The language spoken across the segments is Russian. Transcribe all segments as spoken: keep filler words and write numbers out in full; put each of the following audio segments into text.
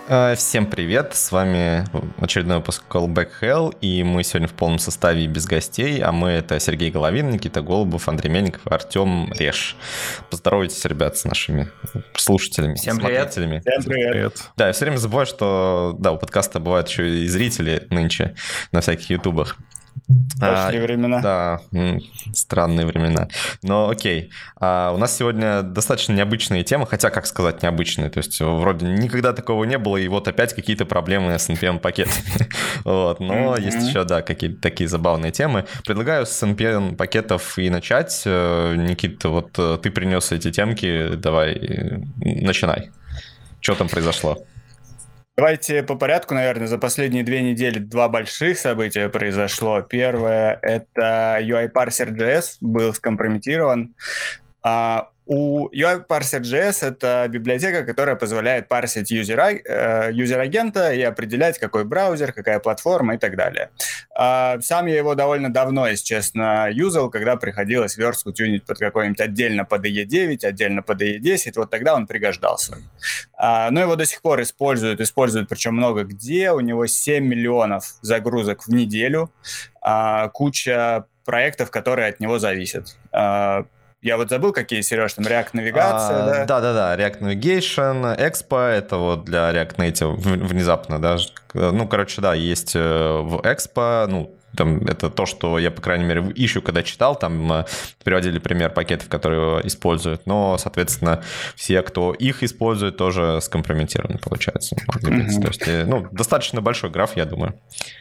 Э, Всем привет, с вами очередной выпуск Callback Hell, и мы сегодня в полном составе и без гостей, а мы — это Сергей Головин, Никита Голубов, Андрей Мельников и Артем Реш. Поздоровайтесь, ребят, с нашими слушателями, Всем привет. смотрителями. Всем привет. Да, я все время забываю, что да, у подкаста бывают еще и зрители нынче на всяких ютубах. Пошли а, времена. Да, странные времена. Но окей. А, у нас сегодня достаточно необычные темы, хотя, как сказать, необычные. То есть, вроде никогда такого не было, и вот опять какие-то проблемы с эн пи эм-пакетами. Вот. Но mm-hmm. есть еще, да, какие-то такие забавные темы. Предлагаю с эн пи эм-пакетов и начать. Никита, вот ты принес эти темки, давай, начинай. Что там произошло? Давайте по порядку, наверное. За последние две недели два больших события произошло. Первое — это ю ай-Parser.js был скомпрометирован. А у ю ай-Parser.js — это библиотека, которая позволяет парсить юзера, э, юзер-агента и определять, какой браузер, какая платформа и так далее. А сам я его довольно давно, если честно, юзал, когда приходилось верстку тюнить под какой-нибудь отдельно под и и девять, отдельно под и и десять. Вот тогда он пригождался. А, но его до сих пор используют, используют причем много где. У него семь миллионов загрузок в неделю, а, куча проектов, которые от него зависят. А, Я вот забыл, какие, Сереж, там React-навигация, а, да? Да-да-да, React Navigation, Expo, это вот для React Native внезапно, да. Ну, короче, да, есть в Expo, ну, там, это то, что я, по крайней мере, ищу, когда читал, там приводили пример пакетов, которые используют, но, соответственно, все, кто их использует, тоже скомпрометированы, получается. Mm-hmm. То есть, ну, достаточно большой граф, я думаю.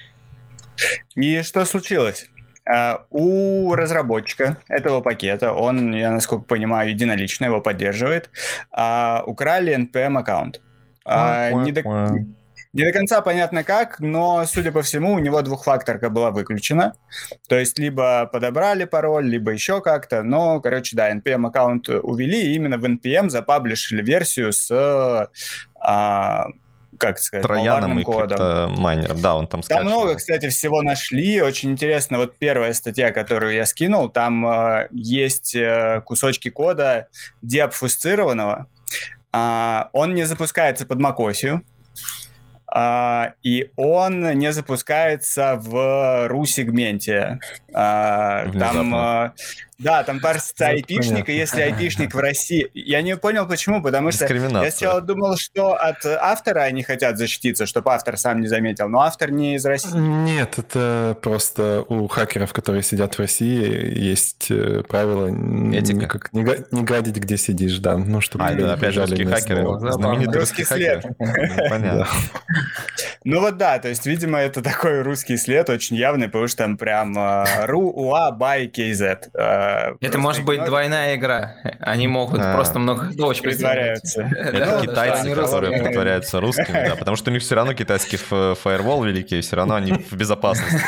И что случилось? Uh, у разработчика этого пакета, он, я насколько понимаю, единолично его поддерживает, uh, украли эн пи эм-аккаунт. Uh, не, до, не до конца понятно как, но, судя по всему, у него двухфакторка была выключена. То есть либо подобрали пароль, либо еще как-то. Но, короче, да, эн пи эм-аккаунт увели, и именно в эн пи эм запаблишили версию с... Uh, как сказать, Трояном и криптомайнером. Да, он там скачивал. Там много, кстати, всего нашли. Очень интересно. Вот первая статья, которую я скинул, там э, есть э, кусочки кода деобфусцированного. Э, он не запускается под macOS. Uh, и он не запускается в ру-сегменте. Uh, там, uh, да, там парсится айпишник, и если айпишник в России... Я не понял, почему, потому что я сначала думал, что от автора они хотят защититься, чтобы автор сам не заметил, но автор не из России. Нет, это просто у хакеров, которые сидят в России, есть правило никак не, не гадить, где сидишь, да. Ну, чтобы а, это опять же русские хакеры. Знаменитый русский след. Понятно. Ну вот да, то есть, видимо, это такой русский след очень явный, потому что там прям ру, уа, бай, кей зет. Это может быть двойная игра. Они могут а, просто много ходовочек притворяются. Это китайцы, которые притворяются русскими, да, потому что у них все равно китайский фаервол великий, все равно они в безопасности.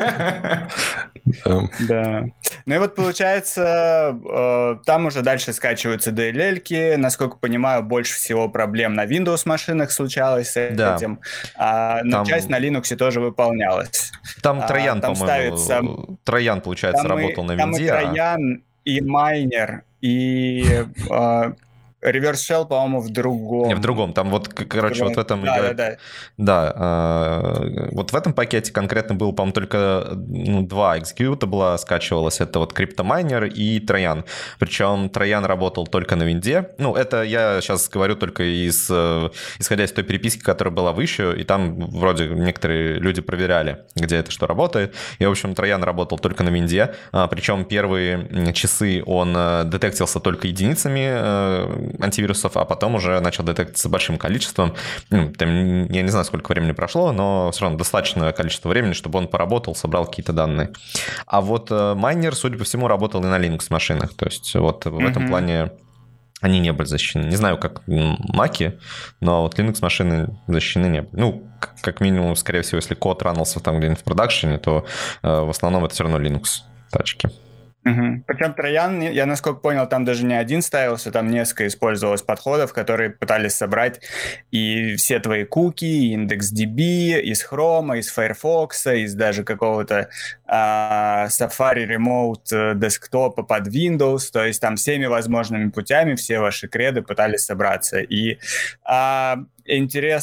Да. Ну и вот получается, там уже дальше скачиваются ди эл эл-ки. Насколько понимаю, больше всего проблем на Windows машинах случалось с этим. А, но там... часть на Linux тоже выполнялась. Там Троян, а, там по-моему, ставится... Троян, получается, там работал и, на там винде. Там и Троян, а... и Майнер, и... А... Reverse Shell, по-моему, в другом. Не, в другом. Там вот, короче, вот в этом... Да, играет... да, да. Да. Э, вот в этом пакете конкретно было, по-моему, только ну, два экзекьютабла скачивалось. Это вот CryptoMiner и Троян. Причем Троян работал только на винде. Ну, это я сейчас говорю только из, исходя из той переписки, которая была выше, и там вроде некоторые люди проверяли, где это что работает. И, в общем, Троян работал только на винде. А, причем первые часы он детектился только единицами антивирусов, а потом уже начал детектиться большим количеством. Ну, там, я не знаю, сколько времени прошло, но все равно достаточное количество времени, чтобы он поработал, собрал какие-то данные. А вот майнер, судя по всему, работал и на Linux машинах. То есть вот в mm-hmm. этом плане они не были защищены. Не знаю, как маки, но вот Linux машины защищены не были. Ну, как минимум, скорее всего, если код ранился там где-нибудь в продакшене, то в основном это все равно Linux тачки. Угу. Причем Троян, я насколько понял, там даже не один ставился, там несколько использовалось подходов, которые пытались собрать и все твои куки, и IndexedDB, из Chrome, из Firefox, из даже какого-то а, Safari Remote десктопа под Windows, то есть там всеми возможными путями все ваши креды пытались собраться. И а, интерес...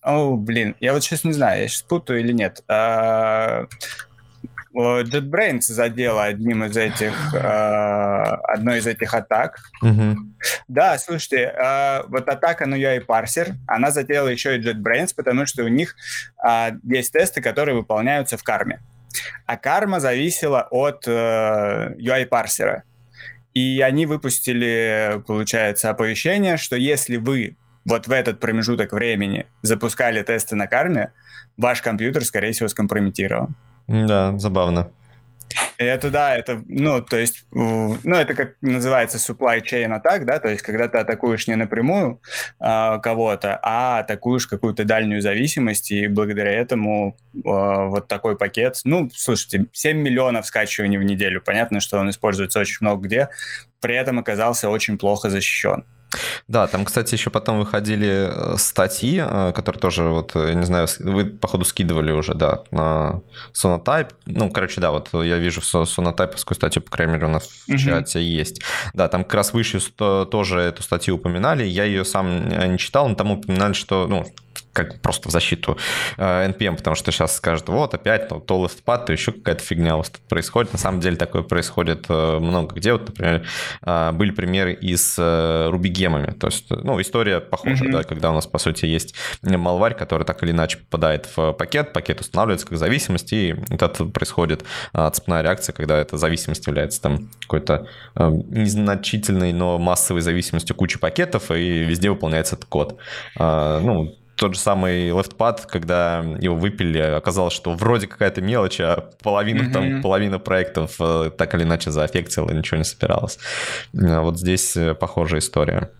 О, блин, я вот сейчас не знаю, я сейчас путаю или нет. А, JetBrains задела одним из этих, а, одной из этих атак. Угу. Да, слушайте, а, вот атака на ю ай парсер, она задела еще и JetBrains, потому что у них а, есть тесты, которые выполняются в карме. А карма зависела от э, ю ай парсера. И они выпустили, получается, оповещение, что если вы вот в этот промежуток времени запускали тесты на карме, ваш компьютер, скорее всего, скомпрометирован. Да, забавно. И это, да, это, ну, то есть, ну, это как называется supply chain attack, да, то есть, когда ты атакуешь не напрямую э, кого-то, а атакуешь какую-то дальнюю зависимость, и благодаря этому э, вот такой пакет, ну, слушайте, семь миллионов скачиваний в неделю, понятно, что он используется очень много где, при этом оказался очень плохо защищен. Да, там, кстати, еще потом выходили статьи, которые тоже, вот, я не знаю, вы, походу, скидывали уже, да, на Sonatype. Ну, короче, да, вот я вижу сонотайповскую статью, по крайней мере, у нас в чате mm-hmm. есть. Да, там как раз выше тоже эту статью упоминали, я ее сам не читал, но там упоминали, что, ну, как просто в защиту э, эн пи эм, потому что сейчас скажут, вот опять то, то LeftPad, то еще какая-то фигня у вас тут происходит. На самом деле такое происходит э, много где. Вот, например, э, были примеры и с э, рубигемами. То есть, ну, история похожа, mm-hmm. да, когда у нас, по сути, есть малварь, который так или иначе попадает в пакет, пакет устанавливается как зависимость, и вот это происходит э, цепная реакция, когда эта зависимость является там какой-то э, незначительной, но массовой зависимостью кучи пакетов, и везде выполняется этот код. Э, ну, тот же самый LeftPad, когда его выпили, оказалось, что вроде какая-то мелочь, а половина, mm-hmm. там, половина проектов так или иначе заэффектила, и ничего не собиралось. Вот здесь похожая история.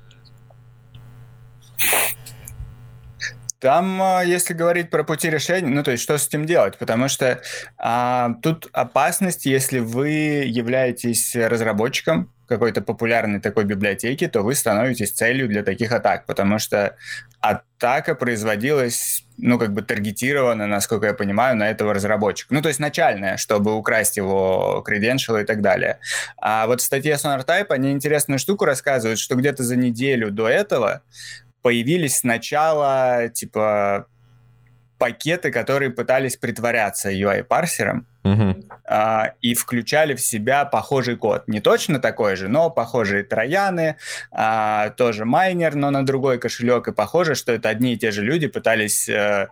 Там, если говорить про пути решения, ну, то есть, что с этим делать? Потому что а, тут опасность, если вы являетесь разработчиком какой-то популярной такой библиотеки, то вы становитесь целью для таких атак, потому что атака производилась, ну, как бы таргетирована, насколько я понимаю, на этого разработчика. Ну, то есть начальная, чтобы украсть его credential и так далее. А вот в статье Sonatype они интересную штуку рассказывают, что где-то за неделю до этого появились сначала, типа, пакеты, которые пытались притворяться ю ай-парсером, uh-huh. а, и включали в себя похожий код. Не точно такой же, но похожие трояны, а, тоже майнер, но на другой кошелек, и похоже, что это одни и те же люди пытались... А,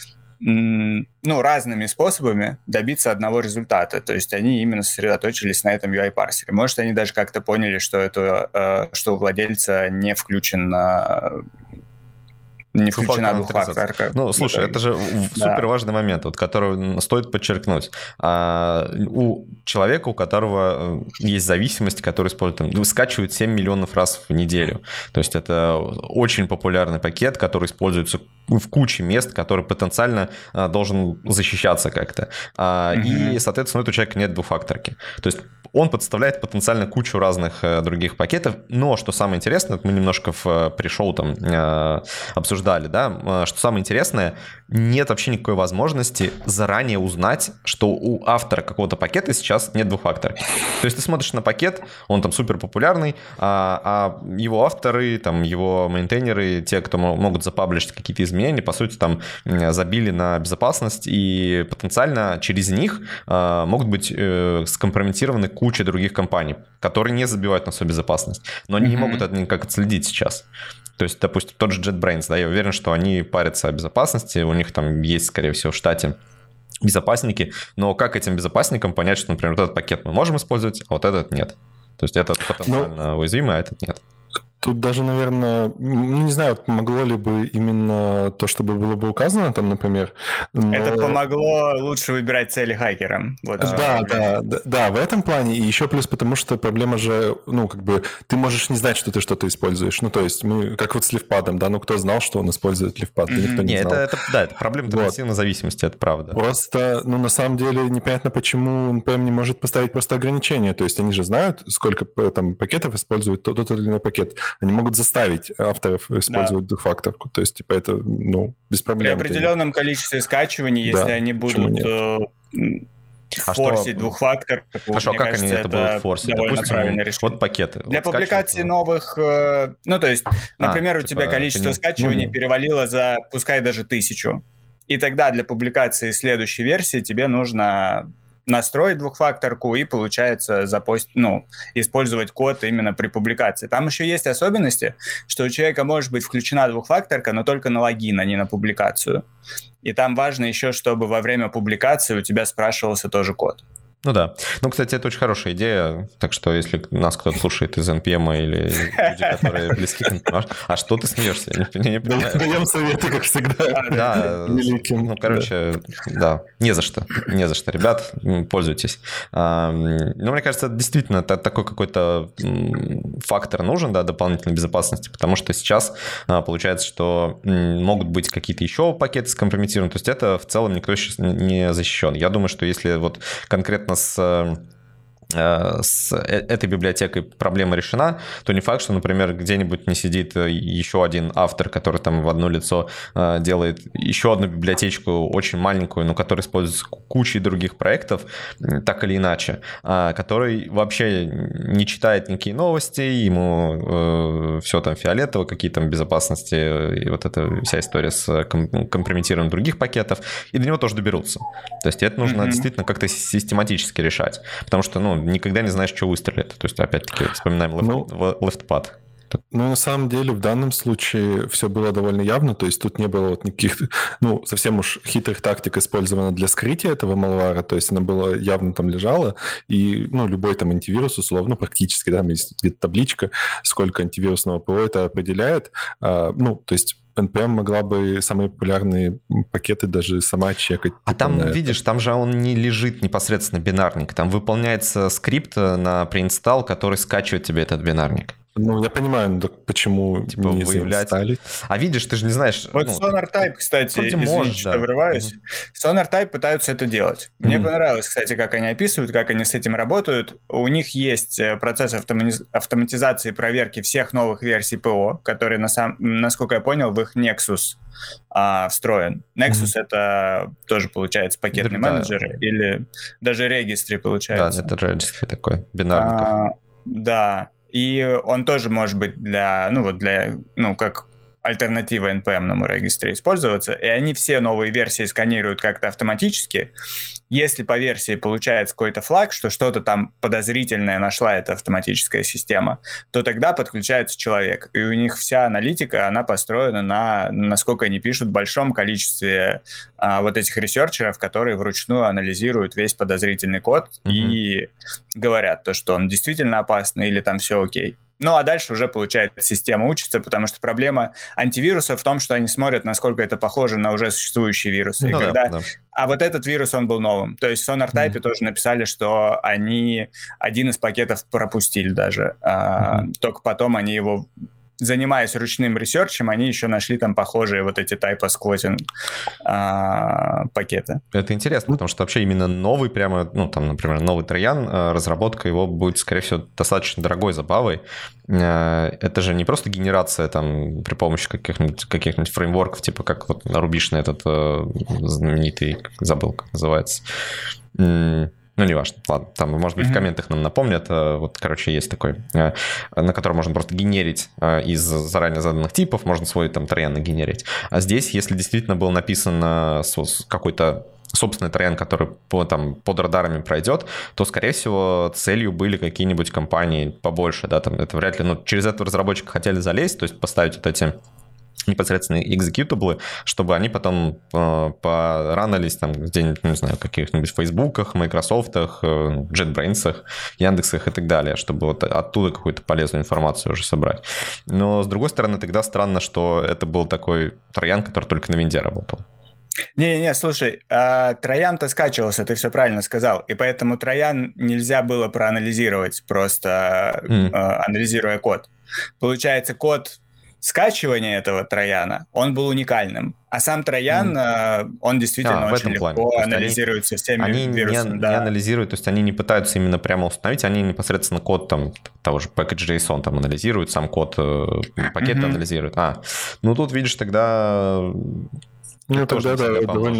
м, ну, разными способами добиться одного результата. То есть они именно сосредоточились на этом ю ай-парсере. Может, они даже как-то поняли, что, это, а, что у владельца не включен... А, не включена двухфакторка. Ну, слушай, да. это же да. супер важный момент, вот, который стоит подчеркнуть. А, у человека, у которого есть зависимость, который использует, там, скачивает семь миллионов раз в неделю. То есть это очень популярный пакет, который используется в куче мест, который потенциально а, должен защищаться как-то. А, mm-hmm. И, соответственно, у этого человека нет двухфакторки. То есть он подставляет потенциально кучу разных а, других пакетов. Но, что самое интересное, мы немножко в пришоу там а, обсуждали, да, что самое интересное, нет вообще никакой возможности заранее узнать, что у автора какого-то пакета сейчас нет двухфакторки. То есть ты смотришь на пакет, он там супер популярный, а, а его авторы, там, его мейнтейнеры, те, кто могут запаблишить какие-то изменения, по сути, там забили на безопасность, и потенциально через них а, могут быть э, скомпрометированы куча других компаний, которые не забивают на свою безопасность, но они mm-hmm. не могут это никак отследить сейчас. То есть, допустим, тот же JetBrains, да, я уверен, что они парятся о безопасности, у них там есть, скорее всего, в штате безопасники, но как этим безопасникам понять, что, например, вот этот пакет мы можем использовать, а вот этот нет? То есть этот потенциально ну, уязвимый, а этот нет. Тут даже, наверное, не знаю, помогло ли бы именно то, чтобы было бы указано там, например. Но... Это помогло лучше выбирать цели хакерам. Вот да, да, да, да, в этом плане. И еще плюс потому, что проблема же, ну, как бы, ты можешь не знать, что ты что-то используешь. Ну, то есть, мы, как вот с LeftPad, да, ну, кто знал, что он использует LeftPad? Mm-hmm. Никто не Нет, знал. Это, это, да, это проблема транзитивной вот. зависимости, это правда. Просто, ну, на самом деле, непонятно, почему эн пи эм не может поставить просто ограничения. То есть, они же знают, сколько там пакетов используют тот, тот или иной пакет. Они могут заставить авторов использовать да. двухфакторку. То есть, типа, это, ну, без проблем. При определенном количестве скачиваний, если да, они будут... А форсить что... двухфактор. Хорошо, мне как кажется, они это будут форсить? Довольно Допустим, правильное решение. вот пакеты. Для вот публикации скачиваются. новых... э, Ну, то есть, например, а, у типа, тебя количество не... скачиваний ну, перевалило за, пускай даже тысячу. И тогда для публикации следующей версии тебе нужно настроить двухфакторку и, получается, запост... ну, использовать код именно при публикации. Там еще есть особенности, что у человека может быть включена двухфакторка, но только на логин, а не на публикацию. И там важно еще, чтобы во время публикации у тебя спрашивался тоже код. Ну да. Ну, кстати, это очень хорошая идея. Так что, если нас кто-то слушает из эн пи эм или люди, которые близки к эн пи эм, а что ты смеешься? Я не, не понимаю. Даем советы, как всегда. Да, ну, короче, да. Не за что. Не за что, ребят. Пользуйтесь. Но мне кажется, действительно, это такой какой-то фактор нужен, да, дополнительной безопасности, потому что сейчас получается, что могут быть какие-то еще пакеты скомпрометированы. То есть это в целом никто сейчас не защищен. Я думаю, что если вот конкретно с, с этой библиотекой проблема решена, то не факт, что, например, где-нибудь не сидит еще один автор, который там в одно лицо делает еще одну библиотечку очень маленькую, но которая используется кучей других проектов, так или иначе, который вообще не читает никакие новости, ему все там фиолетово, какие там безопасности, и вот эта вся история с компрометированием других пакетов, и до него тоже доберутся. То есть это нужно mm-hmm. действительно как-то систематически решать, потому что, ну, никогда не знаешь, что выстрелит. То есть, опять-таки, вспоминаем left, ну, leftpad. Ну, на самом деле, в данном случае все было довольно явно, то есть тут не было вот никаких, ну, совсем уж хитрых тактик использовано для скрытия этого malware, то есть она была явно там лежала, и, ну, любой там антивирус, условно, практически, да, есть где-то табличка, сколько антивирусного ПО это определяет, а, ну, то есть эн пи эм могла бы самые популярные пакеты даже сама чекать. А там, видишь, там же он не лежит непосредственно бинарник, там выполняется скрипт на преинсталл, который скачивает тебе этот бинарник. Ну, я понимаю, но так почему типа не выявлять. заинсталить? А видишь, ты же не знаешь... Вот ну, SonarType, кстати, извините, можешь, что да. врываюсь. Mm-hmm. SonarType пытаются это делать. Mm-hmm. Мне понравилось, кстати, как они описывают, как они с этим работают. У них есть процесс автомати- автоматизации проверки всех новых версий ПО, который, на сам... насколько я понял, в их Nexus а, встроен. Nexus mm-hmm. это тоже, получается, пакетный да, менеджер да. или даже регистри, получается. Да, это регистри такой, бинарников. А, да. И он тоже может быть для, ну вот для, ну как альтернатива эн пи эм-ному регистру использоваться. И они все новые версии сканируют как-то автоматически. Если по версии получается какой-то флаг, что что-то там подозрительное нашла эта автоматическая система, то тогда подключается человек. И у них вся аналитика, она построена на, насколько они пишут, большом количестве а, вот этих ресерчеров, которые вручную анализируют весь подозрительный код mm-hmm. и говорят то, что он действительно опасный или там все окей. Ну, а дальше уже, получается, система учится, потому что проблема антивируса в том, что они смотрят, насколько это похоже на уже существующие вирусы. Ну, и когда... да, да. А вот этот вирус, он был новым. То есть в SonarType mm-hmm. тоже написали, что они один из пакетов пропустили даже. Mm-hmm. Только потом они его... Занимаясь ручным ресерчем, они еще нашли там похожие вот эти typo-squatting а, пакеты. Это интересно, потому что вообще именно новый прямо, ну там, например, новый троян, разработка его будет, скорее всего, достаточно дорогой забавой. Это же не просто генерация там при помощи каких-нибудь, каких-нибудь фреймворков, типа как вот рубишный этот знаменитый, забыл, как называется. Ну, неважно. Ладно, там, может быть, mm-hmm. в комментах нам напомнят. Вот, короче, есть такой, на котором можно просто генерить из заранее заданных типов, можно свой там троян нагенерить. А здесь, если действительно был написан какой-то собственный троян, который по, там, под радарами пройдет, то, скорее всего, целью были какие-нибудь компании побольше, да, там это вряд ли, ну, через этого разработчика хотели залезть, то есть поставить вот эти непосредственно экзекьютаблы, чтобы они потом э, поранались там где-нибудь, не знаю, каких-нибудь Фейсбуках, Майкрософтах, э, JetBrains, Яндексах и так далее, чтобы вот оттуда какую-то полезную информацию уже собрать. Но, с другой стороны, тогда странно, что это был такой троян, который только на винде работал. Не-не, слушай, э, троян-то скачивался, ты все правильно сказал, и поэтому троян нельзя было проанализировать, просто mm. э, анализируя код. Получается, код скачивания этого трояна, он был уникальным. А сам троян, mm. он действительно а, очень легко анализируется всеми они вирусами. Не, да. не анализируют, то есть они не пытаются именно прямо установить, они непосредственно код там, того же package.json там анализируют, сам код пакета mm-hmm. анализируют. А, ну тут видишь тогда... Ну тогда да, довольно...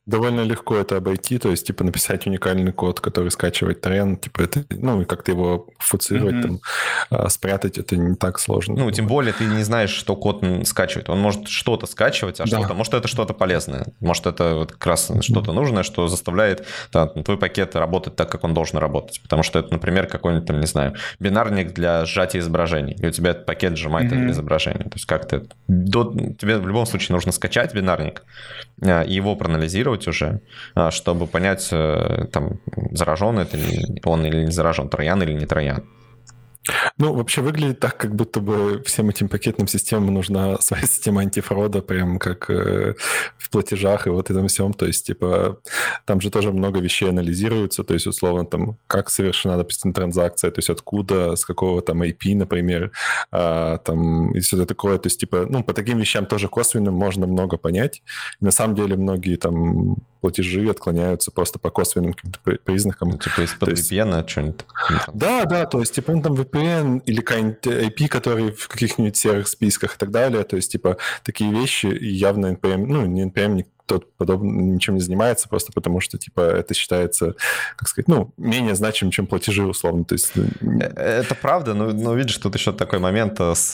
довольно легко это обойти, то есть, типа, написать уникальный код, который скачивает Троян, типа, это, ну, и как-то его фуцировать, mm-hmm. там, а, спрятать, это не так сложно. Ну, тем более ты не знаешь, что код скачивает. Он может что-то скачивать, а да. что-то, может, это что-то полезное. Может, это вот как раз mm-hmm. что-то нужное, что заставляет да, твой пакет работать так, как он должен работать. Потому что это, например, какой-нибудь, там, не знаю, бинарник для сжатия изображений. И у тебя этот пакет сжимает mm-hmm. изображение. То есть как-то до... тебе в любом случае нужно скачать бинарник и его проанализировать уже, чтобы понять, там, заражен это он или не заражен, троян или не троян. Ну, вообще выглядит так, как будто бы всем этим пакетным системам нужна своя система антифрода, прям как э, в платежах и вот этом всем. То есть, типа, там же тоже много вещей анализируется, то есть, условно, там, как совершена, допустим, транзакция, то есть, откуда, с какого там ай пи, например, а, там, и все это такое. То есть, типа, ну, по таким вещам тоже косвенно можно много понять. И на самом деле многие там платежи отклоняются просто по косвенным каким-то признакам. Ну, типа из-под ви пи эн что-нибудь? Да, да, то есть, типа, он там ви пи эн или какой-нибудь ай пи, который в каких-нибудь серых списках и так далее. То есть, типа, такие вещи явно эн пи эм, ну, не эн пи эм, тот подобно ничем не занимается, просто потому что, типа, это считается, как сказать, ну, менее значимым, чем платежи, условно. То есть... Это правда, но, но видишь, тут еще такой момент с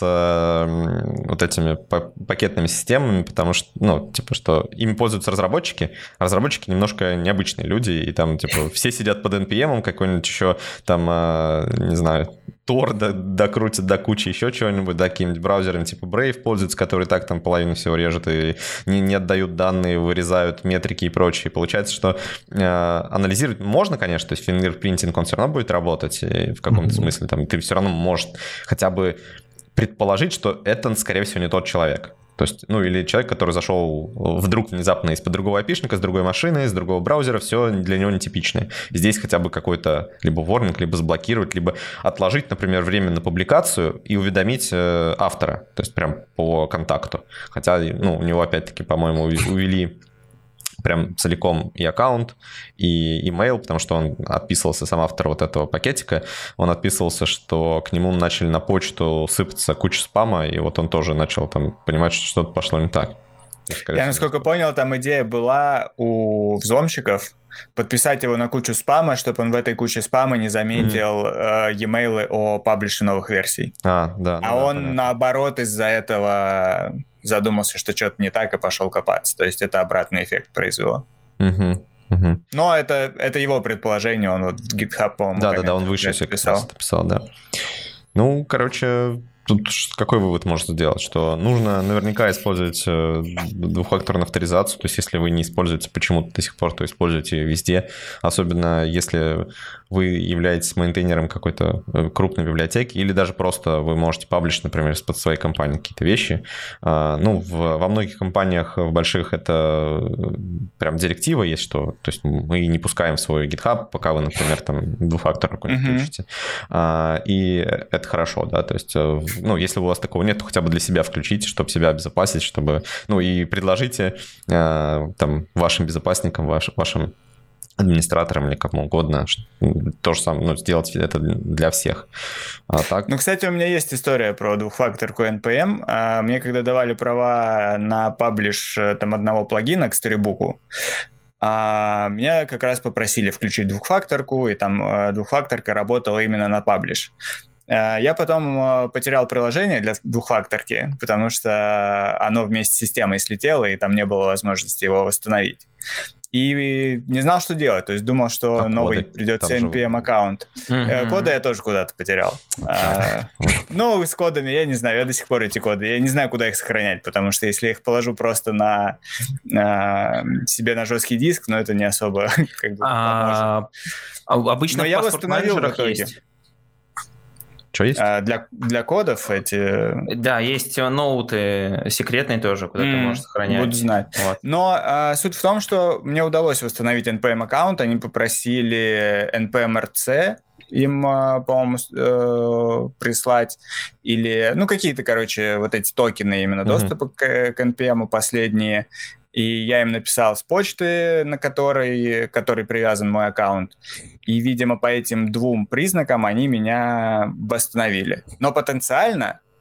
э, вот этими пакетными системами, потому что, ну, типа, что ими пользуются разработчики, а разработчики немножко необычные люди, и там, типа, все сидят под эн пи эм, какой-нибудь еще, там, э, не знаю, Tor докрутят до кучи еще чего-нибудь, да, какими-нибудь браузерами типа Brave пользуются, которые так там половину всего режут и не, не отдают данные, вырезают метрики и прочее. Получается, что э, анализировать можно, конечно, то есть фингерпринтинг, он все равно будет работать и в каком-то mm-hmm. смысле. Там, ты все равно можешь хотя бы предположить, что это, скорее всего, не тот человек. То есть, ну, или человек, который зашел вдруг внезапно из-под другого айпишника, с другой машины, с другого браузера, все для него нетипичное. Здесь хотя бы какой-то либо ворнинг, либо заблокировать, либо отложить, например, время на публикацию и уведомить э, автора, то есть прям по контакту. Хотя, ну, у него опять-таки, по-моему, увели прям целиком и аккаунт, и имейл, потому что он отписывался, сам автор вот этого пакетика, он отписывался, что к нему начали на почту сыпаться куча спама, и вот он тоже начал там понимать, что что-то пошло не так. Я, насколько понял, там идея была у взломщиков подписать его на кучу спама, чтобы он в этой куче спама не заметил mm-hmm. э, e-mailы о паблише новых версий. А, да. А да, он, понятно. Наоборот, из-за этого задумался, что что-то не так, и пошел копаться. То есть это обратный эффект произвело. Mm-hmm. Mm-hmm. Но это, это его предположение, он вот в GitHub, по-моему, да-да-да, он выше все писал. писал, да. Ну, короче... Тут какой вывод можно сделать? Что нужно наверняка использовать двухфакторную авторизацию, то есть если вы не используете почему-то до сих пор, то используйте везде, особенно если вы являетесь мейнтейнером какой-то крупной библиотеки, или даже просто вы можете паблишить, например, из-под своей компании какие-то вещи. Ну, в, во многих компаниях в больших это прям директива есть, что то есть мы не пускаем в свой GitHub, пока вы, например, там двухфакторную какую-нибудь mm-hmm. включите. И это хорошо, да, то есть ну, если у вас такого нет, то хотя бы для себя включите, чтобы себя обезопасить, чтобы, ну, и предложите э, там вашим безопасникам, ваш, вашим администраторам или кому угодно, то же самое, ну, сделать это для всех. А так... Ну, кстати, у меня есть история про двухфакторку эн пи эм. Мне когда давали права на паблиш там одного плагина к Storybook, А меня как раз попросили включить двухфакторку, и там двухфакторка работала именно на паблиш. Я потом потерял приложение для двухфакторки, потому что оно вместе с системой слетело, и там не было возможности его восстановить. И не знал, что делать. То есть думал, что а новый коды? Придется эн пи эм-аккаунт. Mm-hmm. Коды я тоже куда-то потерял. а, ну, с кодами, я не знаю, я до сих пор эти коды, я не знаю, куда их сохранять, потому что если я их положу просто на, на себе на жесткий диск, ну, это не особо как бы а, поможет. Обычно в паспорт-менеджерах есть. Что есть? А, для, для кодов эти... Да, есть ноуты секретные тоже, куда mm, ты можешь сохранять. Буду знать. Вот. Но а, суть в том, что мне удалось восстановить эн пи эм-аккаунт, они попросили эн пи эм эр си им, по-моему, э, прислать, или, ну, какие-то, короче, вот эти токены именно mm-hmm. доступа к, к эн пи эм последние. И я им написал с почты, на которой, к которой привязан мой аккаунт. И, видимо, по этим двум признакам они меня восстановили. Но потенциально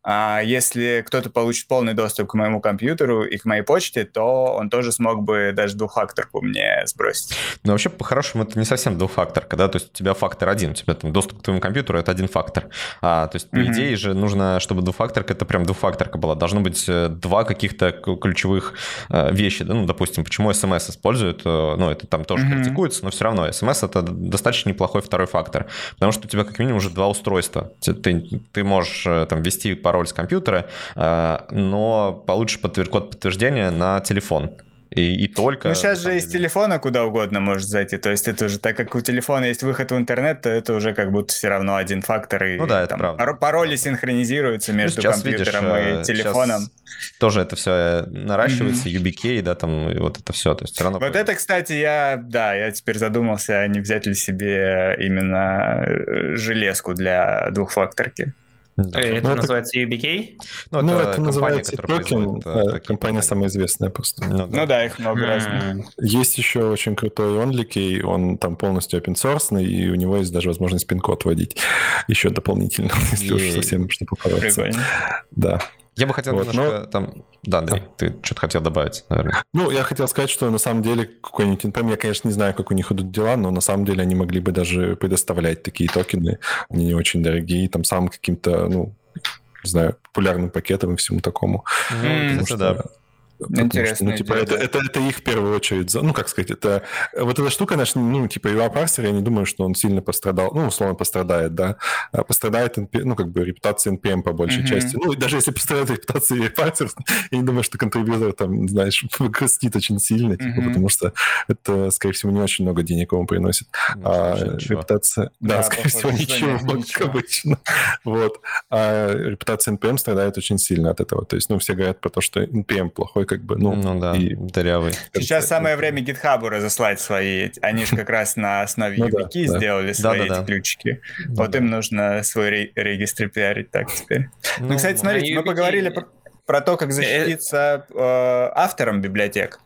А если кто-то получит полный доступ к моему компьютеру и к моей почте, то он тоже смог бы даже двухфакторку мне сбросить. Но вообще, по-хорошему, это не совсем двухфакторка, да, то есть у тебя фактор один, у тебя там доступ к твоему компьютеру — это один фактор. А, то есть, по mm-hmm. идее же, нужно, чтобы двухфакторка, это прям двухфакторка была. Должно быть два каких-то ключевых э, вещи, да? Ну, допустим, почему смс используют, э, ну, это там тоже mm-hmm. критикуется, но все равно смс — это достаточно неплохой второй фактор, потому что у тебя как минимум уже два устройства. Ты, ты можешь там ввести пароль с компьютера, э, но получишь подтвер- код подтверждения на телефон. И, и только... Ну, сейчас же из телефона куда угодно может зайти. То есть это уже, так как у телефона есть выход в интернет, то это уже как будто все равно один фактор. И, ну да, это там, правда. Пароли синхронизируются между ну, компьютером видишь, и телефоном. Тоже это все наращивается, mm-hmm. ю би кей, да, там, и вот это все. То есть все равно... Вот это, кстати, я, да, я теперь задумался, не взять ли себе именно железку для двухфакторки. Да. Это ну, называется ю би кей? Ну, ну это, это называется токен, да, компания самая известная просто. Ну да, ну, да их много mm-hmm. разных. Есть еще очень крутой OnlyKey, он там полностью open source, и у него есть даже возможность пин-код вводить еще дополнительно, если уж совсем что попадается. Прикольно. Да. Я бы хотел вот, немножко но... там... Да, Андрей, да. ты что-то хотел добавить, наверное. Ну, я хотел сказать, что на самом деле какой-нибудь эн пи эм, я, конечно, не знаю, как у них идут дела, но на самом деле они могли бы даже предоставлять такие токены. Они не очень дорогие, там самым каким-то, ну, не знаю, популярным пакетом и всему такому. Mm, это что, да. Интересно. Что, ну, типа, это, это, это их в первую очередь, ну, как сказать, это вот эта штука, наша, ну, типа, ю эй парсер, я не думаю, что он сильно пострадал, ну, условно, пострадает, да, пострадает, ну, как бы, репутация эн пи эм по большей mm-hmm. части. Ну, и даже если пострадает репутация ю эй парсер, я не думаю, что контрибьютор, там, знаешь, вырастет очень сильно, типа, mm-hmm. потому что это, скорее всего, не очень много денег ему приносит. Ну, а репутация... Да, да, скорее всего, ничего, как обычно. Вот. А репутация эн пи эм страдает очень сильно от этого. То есть, ну, все говорят про то, что эн пи эм плохой, как бы, ну, ну да, и... дырявый. Сейчас самое время GitHub разослать свои, они же как раз на основе ю би кей сделали свои эти ключики. Вот им нужно свой регистр пиарить так теперь. Ну, кстати, смотрите, мы поговорили про то, как защититься автором библиотек.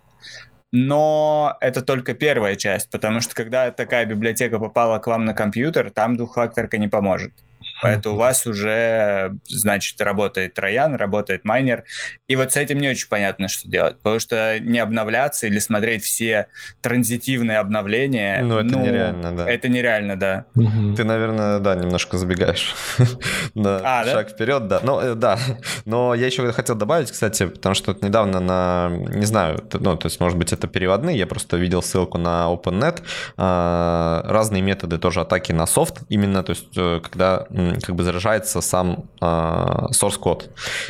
Но это только первая часть, потому что когда такая библиотека попала к вам на компьютер, там двухфакторка не поможет. Поэтому у вас уже, значит, работает троян, работает майнер. И вот с этим не очень понятно, что делать. Потому что не обновляться или смотреть все транзитивные обновления... Ну, это ну, нереально, да. Это нереально, да. Ты, наверное, да, немножко забегаешь на а, шаг да? вперед, да. Но, да. Но я еще хотел добавить, кстати, потому что недавно на... Не знаю, ну, то есть, может быть, это переводные. Я просто видел ссылку на OpenNet. Разные методы тоже атаки на софт. Именно, то есть, когда... как бы заражается сам э, source код.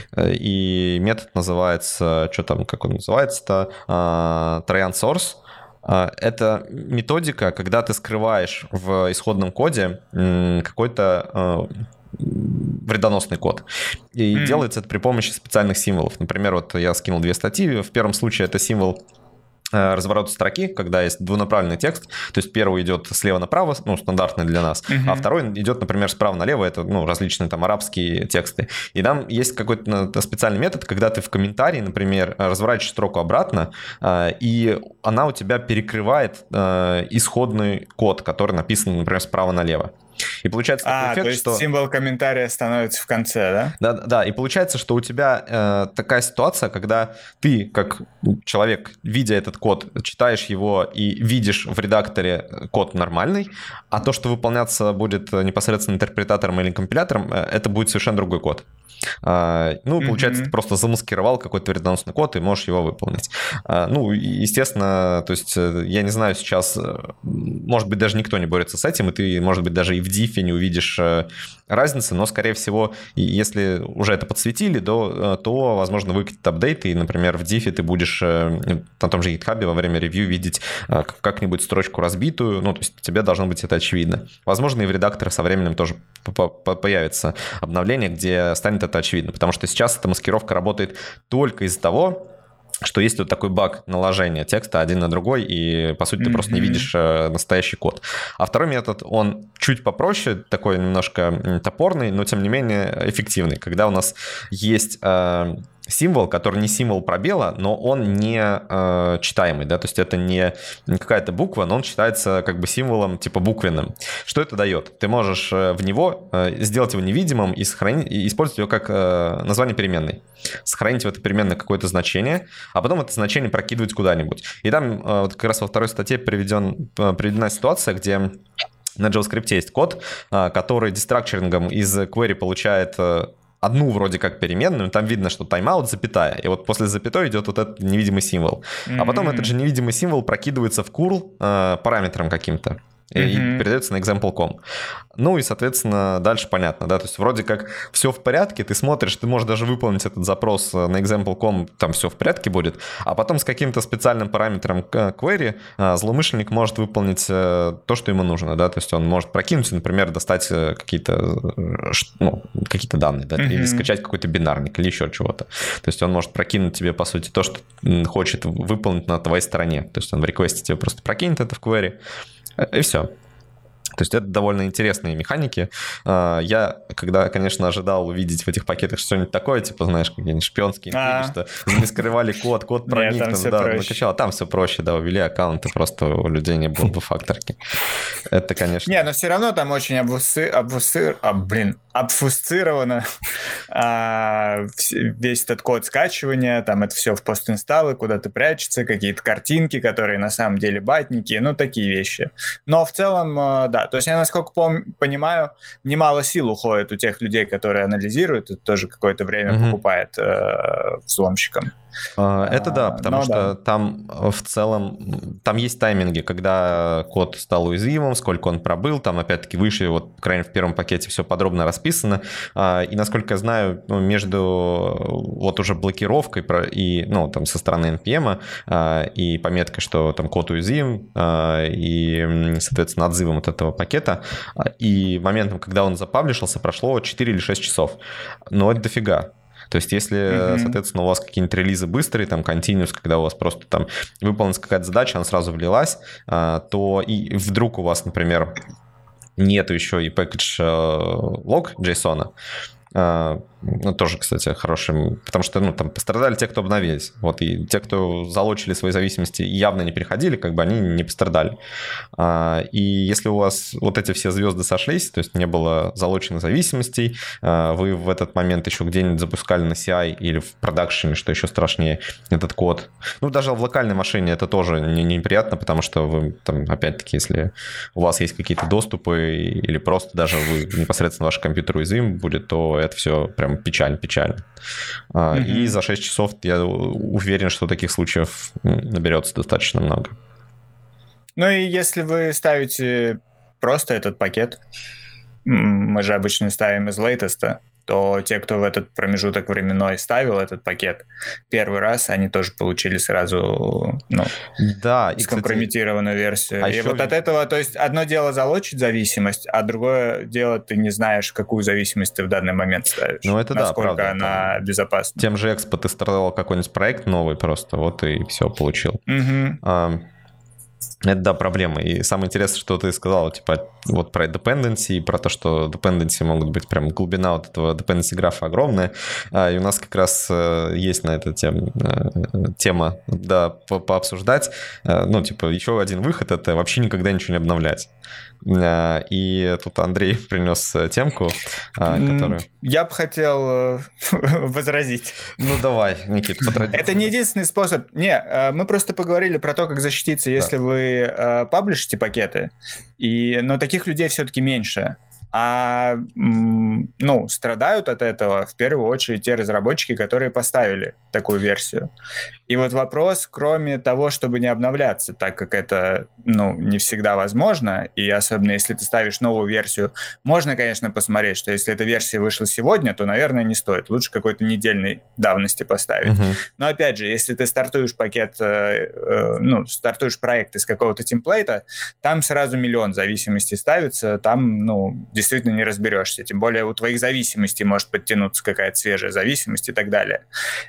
И метод называется, что там, как он называется-то, э, Trojan Source. Э, это методика, когда ты скрываешь в исходном коде э, какой-то э, вредоносный код. И mm. делается это при помощи специальных символов. Например, вот я скинул две статьи. В первом случае это символ разворот строки, когда есть двунаправленный текст, то есть первый идет слева направо, ну, стандартный для нас, uh-huh. а второй идет, например, справа налево, это, ну, различные там арабские тексты. И там есть какой-то специальный метод, когда ты в комментарии, например, разворачиваешь строку обратно, и она у тебя перекрывает исходный код, который написан, например, справа налево. И получается такой а, эффект, то есть что... символ комментария становится в конце, да? Да, да, и получается, что у тебя э, такая ситуация, когда ты, как человек, видя этот код, читаешь его и видишь в редакторе код нормальный, а то, что выполняться будет непосредственно интерпретатором или компилятором, это будет совершенно другой код. Uh, ну, mm-hmm. получается, ты просто замаскировал какой-то вредоносный код и можешь его выполнить. Uh, ну, естественно, то есть, я не знаю сейчас, может быть, даже никто не борется с этим, и ты, может быть, даже и в дифе не увидишь разницы, но, скорее всего, если уже это подсветили, то, то возможно, выкатят апдейт, и, например, в дифе ты будешь на том же GitHub во время ревью видеть как-нибудь строчку разбитую, ну, то есть тебе должно быть это очевидно. Возможно, и в редакторе со временем тоже появится обновление, где станет это очевидно, потому что сейчас эта маскировка работает только из-за того, что есть вот такой баг наложения текста один на другой, и, по сути, ты mm-hmm. просто не видишь настоящий код. А второй метод, он чуть попроще, такой немножко топорный, но, тем не менее, эффективный. Когда у нас есть э, символ, который не символ пробела, но он не э, читаемый, да, то есть это не какая-то буква, но он считается как бы символом типа буквенным. Что это дает? Ты можешь в него э, сделать его невидимым и, сохранить, и использовать его как э, название переменной. Сохранить в этой переменной какое-то значение, а потом это значение прокидывать куда-нибудь. И там э, вот как раз во второй статье приведен, э, приведена ситуация, где на JavaScript есть код, э, который дестракчерингом из query получает э, одну вроде как переменную, там видно, что тайм-аут, запятая, и вот после запятой идет вот этот невидимый символ. Mm-hmm. А потом этот же невидимый символ прокидывается в курл э, параметром каким-то. И mm-hmm. передается на example точка ком. Ну и, соответственно, дальше понятно, да, то есть вроде как все в порядке, ты смотришь, ты можешь даже выполнить этот запрос на example точка ком, там все в порядке будет, а потом с каким-то специальным параметром query злоумышленник может выполнить то, что ему нужно, да, то есть он может прокинуть, например, достать какие-то, ну, какие-то данные, да, mm-hmm. или скачать какой-то бинарник, или еще чего-то. То есть он может прокинуть тебе, по сути, то, что хочет выполнить на твоей стороне. То есть он в реквесте тебе просто прокинет это в query, и все. То есть это довольно интересные механики. Я, когда, конечно, ожидал увидеть в этих пакетах что-нибудь такое, типа, знаешь, какие-нибудь шпионские интриги, что замаскировали код, код проник, там, да, накачал. Там все проще, да, увели аккаунты, просто у людей не было бы факторки. Это, конечно... Не, но все равно там очень обвусы, обвусы, а, блин, обфусцировано а, весь этот код скачивания, там это все в постинсталлы, куда-то прячется, какие-то картинки, которые на самом деле батники, ну, такие вещи. Но в целом, да, то есть я, насколько пом- понимаю, немало сил уходит у тех людей, которые анализируют, это тоже какое-то время mm-hmm. покупает э, взломщикам. Это да, потому Но, что да. там в целом, там есть тайминги, когда код стал уязвимым, сколько он пробыл, там опять-таки выше, вот, по крайней мере, в первом пакете все подробно расписано, и, насколько я знаю, между вот уже блокировкой и, ну, там, со стороны эн пи эм и пометкой, что там код уязвим, и, соответственно, отзывом от этого пакета, и моментом, когда он запаблишился, прошло четыре или шесть часов. Но это дофига. То есть, если, mm-hmm. соответственно, у вас какие-нибудь релизы быстрые, там, continuous, когда у вас просто там выполнилась какая-то задача, она сразу влилась, то и вдруг у вас, например, нету еще и package log JSON, ну, тоже, кстати, хорошим, потому что, ну, там пострадали те, кто обновились, вот, и те, кто залочили свои зависимости и явно не переходили, как бы они не пострадали. И если у вас вот эти все звезды сошлись, то есть не было залоченных зависимостей, вы в этот момент еще где-нибудь запускали на си ай или в продакшене, что еще страшнее, этот код. Ну, даже в локальной машине это тоже не, неприятно, потому что вы, там, опять-таки, если у вас есть какие-то доступы или просто даже вы непосредственно ваш компьютер уязвим будет, то это все прям печально, печально. Mm-hmm. И за шесть часов я уверен, что таких случаев наберется достаточно много. Ну и если вы ставите просто этот пакет, мы же обычно ставим из latest, то те, кто в этот промежуток временной ставил этот пакет первый раз, они тоже получили сразу, ну, да, скомпрометированную и, кстати, версию. А и еще... вот от этого, то есть одно дело залочить зависимость, а другое дело ты не знаешь, какую зависимость ты в данный момент ставишь. Ну это насколько да, правда, она там безопасна. Тем же Экспо ты стартовал какой-нибудь проект новый просто, вот и все получил. Угу. А, это, да, проблема. И самое интересное, что ты сказал, типа, вот про dependency, про то, что dependency могут быть прям глубина вот этого dependency графа огромная. И у нас как раз есть на эту тему, тема, да, по пообсуждать. Ну, типа, еще один выход — это вообще никогда ничего не обновлять. И тут Андрей принес темку, которую... Я бы хотел возразить. Ну, давай, Никита, по традиции. Это не единственный способ. Не, мы просто поговорили про то, как защититься, если да. вы паблишите пакеты, и... но таких людей все-таки меньше. А, ну, страдают от этого в первую очередь те разработчики, которые поставили такую версию. И вот вопрос, кроме того, чтобы не обновляться, так как это, ну, не всегда возможно, и особенно если ты ставишь новую версию, можно, конечно, посмотреть, что если эта версия вышла сегодня, то, наверное, не стоит. Лучше какой-то недельной давности поставить. Uh-huh. Но, опять же, если ты стартуешь пакет, э, ну, стартуешь проект из какого-то темплейта, там сразу миллион зависимостей ставится, там, ну, действительно не разберешься. Тем более у твоих зависимостей может подтянуться какая-то свежая зависимость и так далее.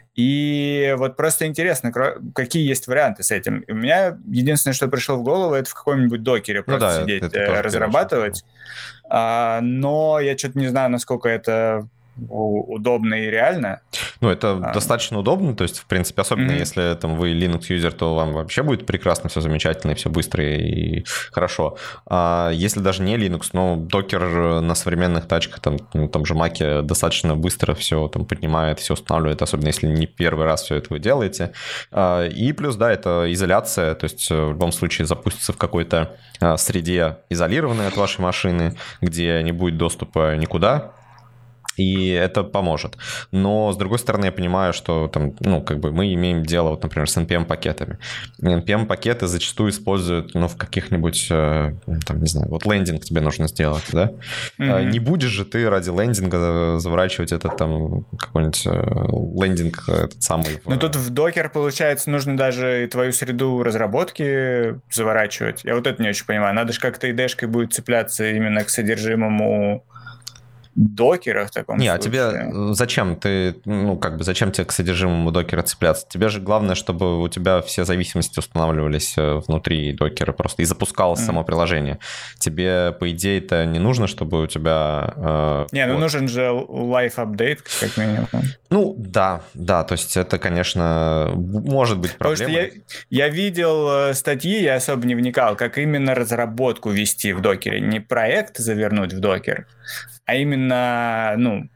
И вот просто интересно, какие есть варианты с этим. У меня единственное, что пришло в голову, это в каком-нибудь докере просто ну да, сидеть, разрабатывать. А, но я что-то не знаю, насколько это удобно и реально. Ну, это а. достаточно удобно, то есть, в принципе, особенно mm-hmm. если там вы Linux-юзер, то вам вообще будет прекрасно, все замечательно, и все быстро и хорошо. А если даже не Linux, но докер на современных тачках, там, ну, там же Mac достаточно быстро все там поднимает, все устанавливает, особенно если не первый раз все это вы делаете. И плюс, да, это изоляция, то есть в любом случае запустится в какой-то среде, изолированной от вашей машины, где не будет доступа никуда, и это поможет. Но, с другой стороны, я понимаю, что там, ну, как бы мы имеем дело, вот, например, с эн пи эм-пакетами. эн пи эм-пакеты зачастую используют, ну, в каких-нибудь, там, не знаю, вот лендинг тебе нужно сделать, да? Mm-hmm. Не будешь же ты ради лендинга заворачивать этот там какой-нибудь лендинг этот самый. Ну, тут в докер, получается, нужно даже и твою среду разработки заворачивать. Я вот это не очень понимаю. Надо же как-то ай ди-шкой будет цепляться именно к содержимому докера в таком не, случае. Не, а тебе зачем? Ты, ну, как бы, зачем тебе к содержимому докера цепляться? Тебе же главное, чтобы у тебя все зависимости устанавливались внутри докера просто и запускалось mm. само приложение. Тебе, по идее, это не нужно, чтобы у тебя... Э, не, ну вот. Нужен же live-апдейт, как минимум. Ну, да, да, то есть это, конечно, может быть проблемой. Потому что я, я видел статьи, я особо не вникал, как именно разработку вести в докере. Не проект завернуть в докер, а именно, ну,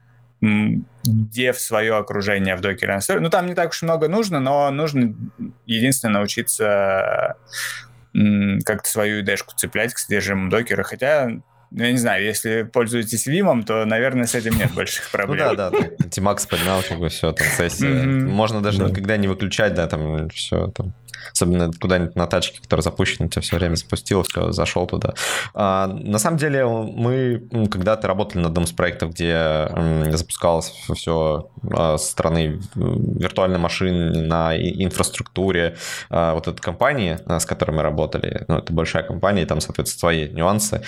дев свое окружение в докере настроить. Ну, там не так уж много нужно, но нужно единственное научиться как-то свою ай ди-шку цеплять к содержимому докера, хотя... Я не знаю, если пользуетесь Vim, то, наверное, с этим нет больших проблем. Ну да, да, Тимакс поднял, как бы все, там, сессия. Можно даже никогда не выключать, да, там, все, там, особенно куда-нибудь на тачке, которая запущена, у тебя все время запустил, все, зашел туда. А, на самом деле мы когда-то работали над одном из проектов, где запускалось все со стороны виртуальной машины на инфраструктуре вот этой компании, с которой мы работали. Ну, это большая компания, и там, соответственно, свои нюансы.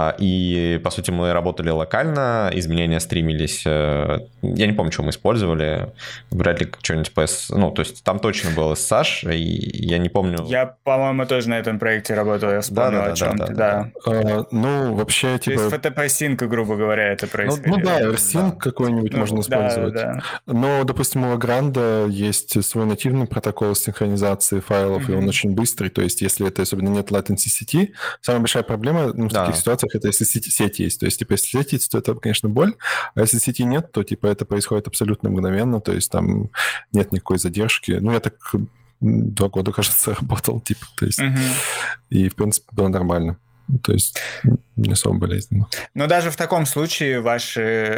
И, по сути, мы работали локально, изменения стримились. Я не помню, что мы использовали. Вряд ли что-нибудь пи эс... Ну, то есть там точно был эс эс эйч, и я не помню... Я, по-моему, тоже на этом проекте работал, я вспомнил да, да, о чем-то, да. да, да. да. А, ну, вообще, типа... То есть эф ти пи-синк, грубо говоря, это происходит. Ну, ну да, эр-синк да. какой-нибудь ну, можно использовать. Да, да. Но, допустим, у Vagrant есть свой нативный протокол синхронизации файлов, mm-hmm. и он очень быстрый, то есть если это особенно нет latency сети, самая большая проблема ну, в да. таких ситуациях, это если сеть, сеть есть. То есть, типа, если сеть есть, то это, конечно, боль, а если сети нет, то, типа, это происходит абсолютно мгновенно, то есть там нет никакой задержки. Ну, я так два года, кажется, работал, типа, то есть, mm-hmm. и, в принципе, было нормально. То есть не особо болезненно. Но даже в таком случае ваш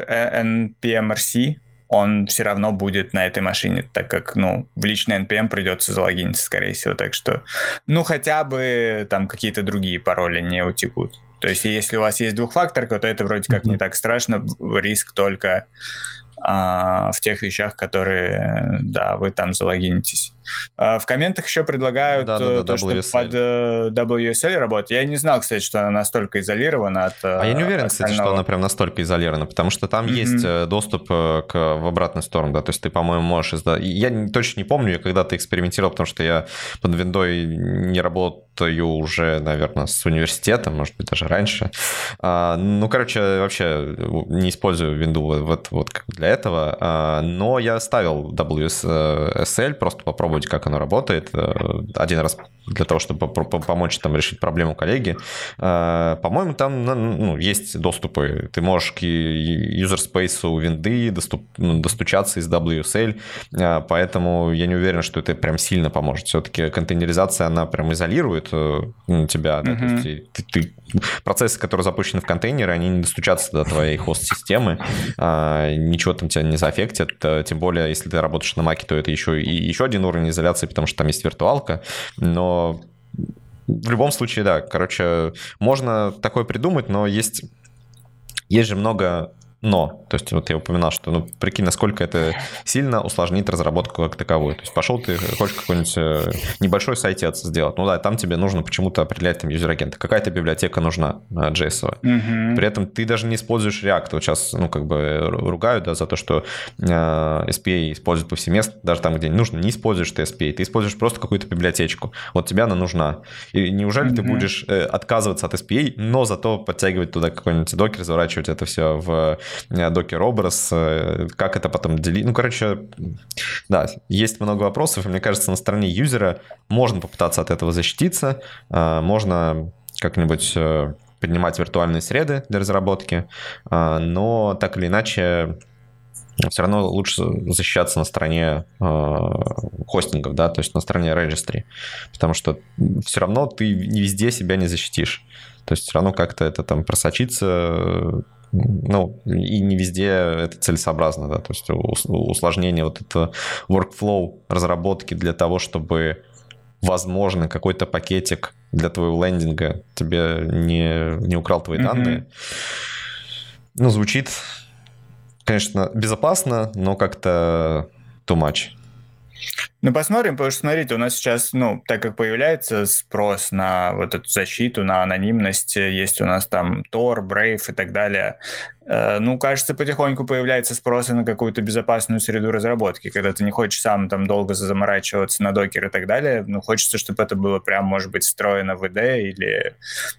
эн пи эм эр си, он все равно будет на этой машине, так как, ну, в личный эн пи эм придется залогиниться, скорее всего, так что, ну, хотя бы там какие-то другие пароли не утекут. То есть если у вас есть двухфакторка, то это вроде как mm-hmm. не так страшно, риск только а, в тех вещах, которые, да, вы там залогинитесь. А, в комментах еще предлагают да, да, да, то, что под дабл ю эс эл работает. Я не знал, кстати, что она настолько изолирована от А я не уверен, остального. Кстати, что она прям настолько изолирована, потому что там mm-hmm. есть доступ к, в обратную сторону, да, то есть ты, по-моему, можешь издать... Я точно не помню, я когда-то экспериментировал, потому что я под виндой не работаю уже, наверное, с университета, может быть, даже раньше. А, ну, короче, вообще не использую винду вот, вот для этого, а, но я ставил дабл ю эс эл, просто попробовать, как оно работает, один раз для того, чтобы помочь там решить проблему коллеги. А, по-моему, там ну, есть доступы. Ты можешь к юзер-спейсу винды доступ, ну, достучаться из дабл ю эс эл, а, поэтому я не уверен, что это прям сильно поможет. Все-таки контейнеризация, она прям изолирует ну, тебя, да, mm-hmm. то есть ты, ты, процессы, которые запущены в контейнеры, они не достучатся до твоей хост-системы, а, ничего там тебя не заэффектит, тем более, если ты работаешь на Mac, то это еще и еще один уровень изоляции, потому что там есть виртуалка, но в любом случае, да, короче, можно такое придумать, но есть, есть же много... Но, то есть вот я упоминал, что, ну, прикинь, насколько это сильно усложнит разработку как таковую. То есть пошел ты, хочешь какой-нибудь небольшой сайтец сделать. Ну да, там тебе нужно почему-то определять там юзер-агента. Какая-то библиотека нужна джей эс-овая. Mm-hmm. При этом ты даже не используешь React. Вот сейчас, ну, как бы ругают, да, за то, что эс пи эй используют повсеместно, даже там, где не нужно, не используешь ты эс пи эй, ты используешь просто какую-то библиотечку. Вот тебе она нужна. И неужели mm-hmm. ты будешь э, отказываться от эс пи эй, но зато подтягивать туда какой-нибудь докер, заворачивать это все в докер-образ, как это потом делить. Ну, короче, да, есть много вопросов, и мне кажется, на стороне юзера можно попытаться от этого защититься, можно как-нибудь поднимать виртуальные среды для разработки, но так или иначе все равно лучше защищаться на стороне э, хостингов, да, то есть на стороне registry, потому что все равно ты везде себя не защитишь. То есть все равно как-то это там просочится, ну, и не везде это целесообразно, да, то есть усложнение вот этого workflow разработки для того, чтобы, возможно, какой-то пакетик для твоего лендинга тебе не, не украл твои mm-hmm. данные, ну, звучит... Конечно, безопасно, но как-то too much. Ну, посмотрим, потому что, смотрите, у нас сейчас, ну, так как появляется спрос на вот эту защиту, на анонимность, есть у нас там Tor, Brave и так далее, э, ну, кажется, потихоньку появляется спрос на какую-то безопасную среду разработки, когда ты не хочешь сам там долго заморачиваться на докер и так далее, ну, хочется, чтобы это было прям, может быть, встроено в ай ди или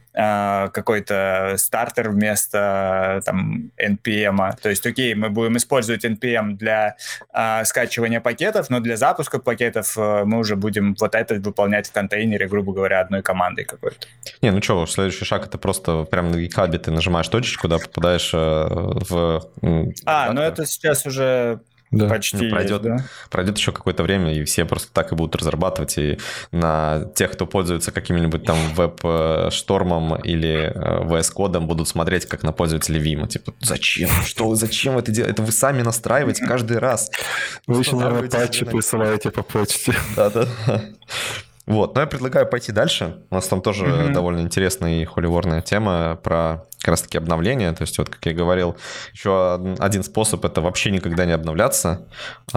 э, какой-то стартер вместо там эн пи эм. То есть, окей, мы будем использовать эн пи эм для э, скачивания пакетов, но для запуска пакетов мы уже будем вот это выполнять в контейнере, грубо говоря, одной командой какой-то. Не, ну что, следующий шаг — это просто прямо на GitHub ты нажимаешь точечку, да, попадаешь в... А, ну это сейчас уже... Да. Почти ну, пройдет, есть, да? Пройдет еще какое-то время, и все просто так и будут разрабатывать. И на тех, кто пользуется каким-нибудь там веб-штормом или ви эс-кодом, будут смотреть, как на пользователя Vim. Типа, зачем? Что вы, зачем вы это делаете? Это вы сами настраиваете каждый раз. Вы еще, наверное, патчи присылаете по почте. Да-да. Вот, но я предлагаю пойти дальше. У нас там тоже mm-hmm. довольно интересная и холиворная тема про как раз-таки обновление. То есть, вот, как я говорил, еще один способ — это вообще никогда не обновляться.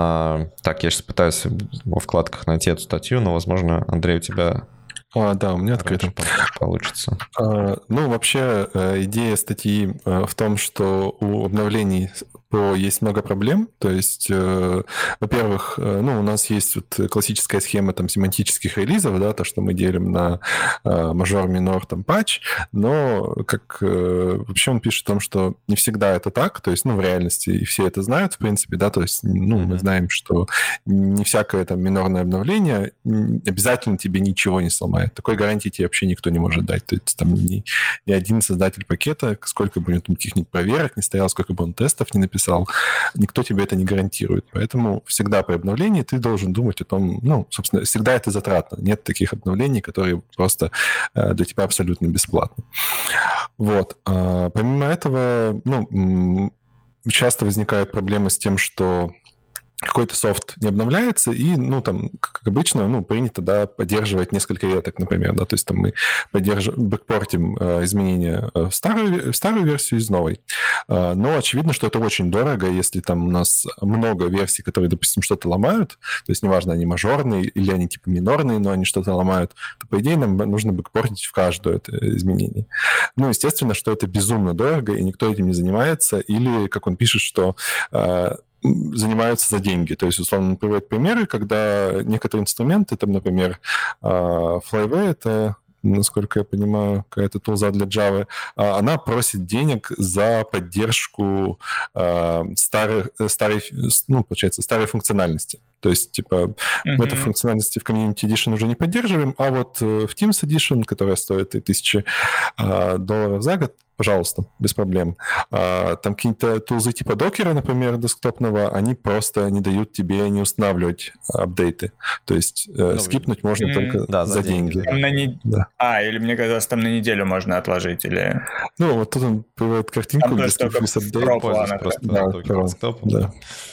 А, так, я сейчас пытаюсь во вкладках найти эту статью, но, возможно, Андрей, у тебя... А, да, у меня открыто. Получится. А, ну, вообще, идея статьи в том, что у обновлений есть много проблем. То есть, э, во-первых, э, ну, у нас есть вот классическая схема там семантических релизов, да, то, что мы делим на э, мажор, минор, там, патч, но как э, вообще он пишет о том, что не всегда это так, то есть, ну, в реальности, и все это знают, в принципе, да, то есть, ну, мы знаем, что не всякое там минорное обновление обязательно тебе ничего не сломает. Такой гарантии тебе вообще никто не может дать. То есть, там ни, ни один создатель пакета, сколько бы у него там каких-нибудь проверок не стоял, сколько бы он тестов не написал, писал, никто тебе это не гарантирует. Поэтому всегда при обновлении ты должен думать о том, ну, собственно, всегда это затратно. Нет таких обновлений, которые просто э, для тебя абсолютно бесплатны. Вот. А, помимо этого, ну, часто возникают проблемы с тем, что какой-то софт не обновляется, и, ну, там, как обычно, ну, принято, да, поддерживать несколько веток, например, да, то есть там мы поддерживаем, бэкпортим э, изменения в старую, в старую версию из новой. Э, но очевидно, что это очень дорого, если там у нас много версий, которые, допустим, что-то ломают, то есть неважно, они мажорные или они типа минорные, но они что-то ломают, то, по идее, нам нужно бэкпортить в каждое это изменение. Ну, естественно, что это безумно дорого, и никто этим не занимается, или, как он пишет, что э, занимаются за деньги. То есть, условно, он приводит примеры, когда некоторые инструменты, там, например, Flyway, это, насколько я понимаю, какая-то тулза для Java, она просит денег за поддержку старой, старой, ну, получается, старой функциональности. То есть, типа, mm-hmm. мы эту функциональность в Community Edition уже не поддерживаем, а вот в Teams Edition, которая стоит три тысячи долларов за год, пожалуйста, без проблем. Там какие-то тулзы типа докера, например, десктопного, они просто не дают тебе не устанавливать апдейты. То есть ну, скипнуть можно mm-hmm. только да, за, за деньги. деньги. Там на не... да. А, или мне казалось, там на неделю можно отложить, или... Ну, вот тут он приводит картинку, где скипнуть апдейт. Просто да, десктопом. Да.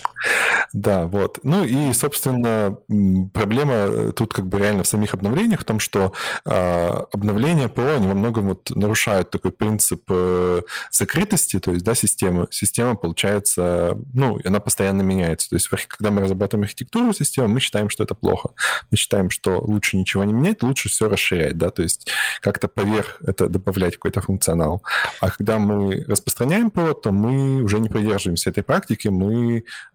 Да, вот. Ну и, собственно, проблема тут как бы реально в самих обновлениях, в том, что э, обновления ПО, они во многом вот нарушают такой принцип э, закрытости, то есть, да, системы. Система, получается, ну, она постоянно меняется. То есть, когда мы разрабатываем архитектуру системы, мы считаем, что это плохо. Мы считаем, что лучше ничего не менять, лучше все расширять, да, то есть как-то поверх это добавлять какой-то функционал. А когда мы распространяем ПО, то мы уже не придерживаемся этой практики, мы, ну,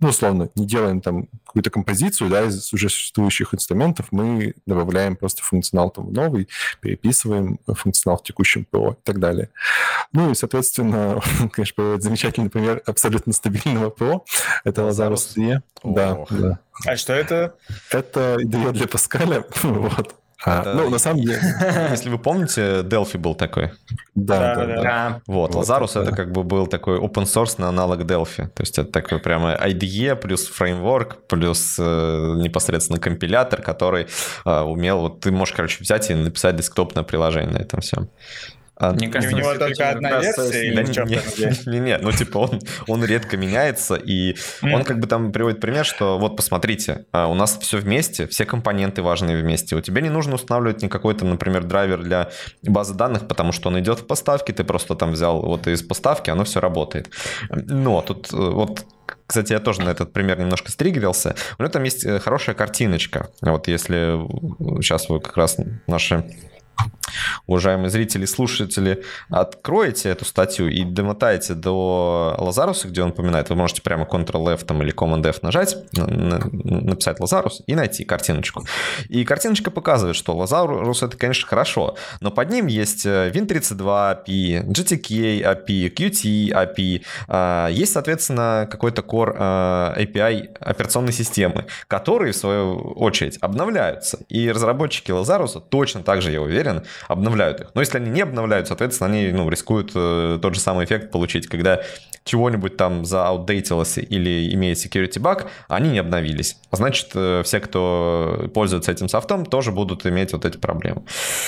условно, не делаем там какую-то композицию, да, из уже существующих инструментов, мы добавляем просто функционал там новый, переписываем функционал в текущем ПО и так далее. Ну и, соответственно, конечно, приводит замечательный пример абсолютно стабильного ПО. Это Lazarus ай ди и. Да, да. А что это? Это ай ди и для Паскаля. Вот. А, это, ну, на самом деле... Если вы помните, Delphi был такой. Да, да, да. да. Да. Вот, Вот, Lazarus да. это как бы был такой open-source аналог Delphi. То есть это такой прямо ай ди и плюс фреймворк, плюс э, непосредственно компилятор, который э, умел... Вот ты можешь, короче, взять и написать десктопное приложение на этом всем. Мне кажется, у него на только как одна раз версия с или ним. в чем там идея? Не-не, ну типа он, он редко меняется, и он как бы там приводит пример, что вот посмотрите, а, у нас все вместе, все компоненты важные вместе. У тебя не нужно устанавливать никакой там, например, драйвер для базы данных, потому что он идет в поставке, ты просто там взял вот из поставки, оно все работает. Но тут вот... Кстати, я тоже на этот пример немножко стригерился. У него там есть хорошая картиночка. Вот если сейчас вы как раз наши... уважаемые зрители и слушатели, откроете эту статью и домотаете до Lazarus, где он упоминает, вы можете прямо контрол-эф там, или команд-эф нажать, написать Lazarus и найти картиночку. И картиночка показывает, что Lazarus это, конечно, хорошо, но под ним есть вин тридцать два эй пи ай, джи ти кей эй пи ай, кью ти эй пи ай, есть, соответственно, какой-то core эй пи ай операционной системы, которые, в свою очередь, обновляются. И разработчики Lazarus точно так же, я уверен, обновляют их. Но если они не обновляют, соответственно, они ну, рискуют э, тот же самый эффект получить, когда чего-нибудь там зааутдейтилось или имеет security баг, они не обновились. А значит, э, все, кто пользуется этим софтом, тоже будут иметь вот эти проблемы.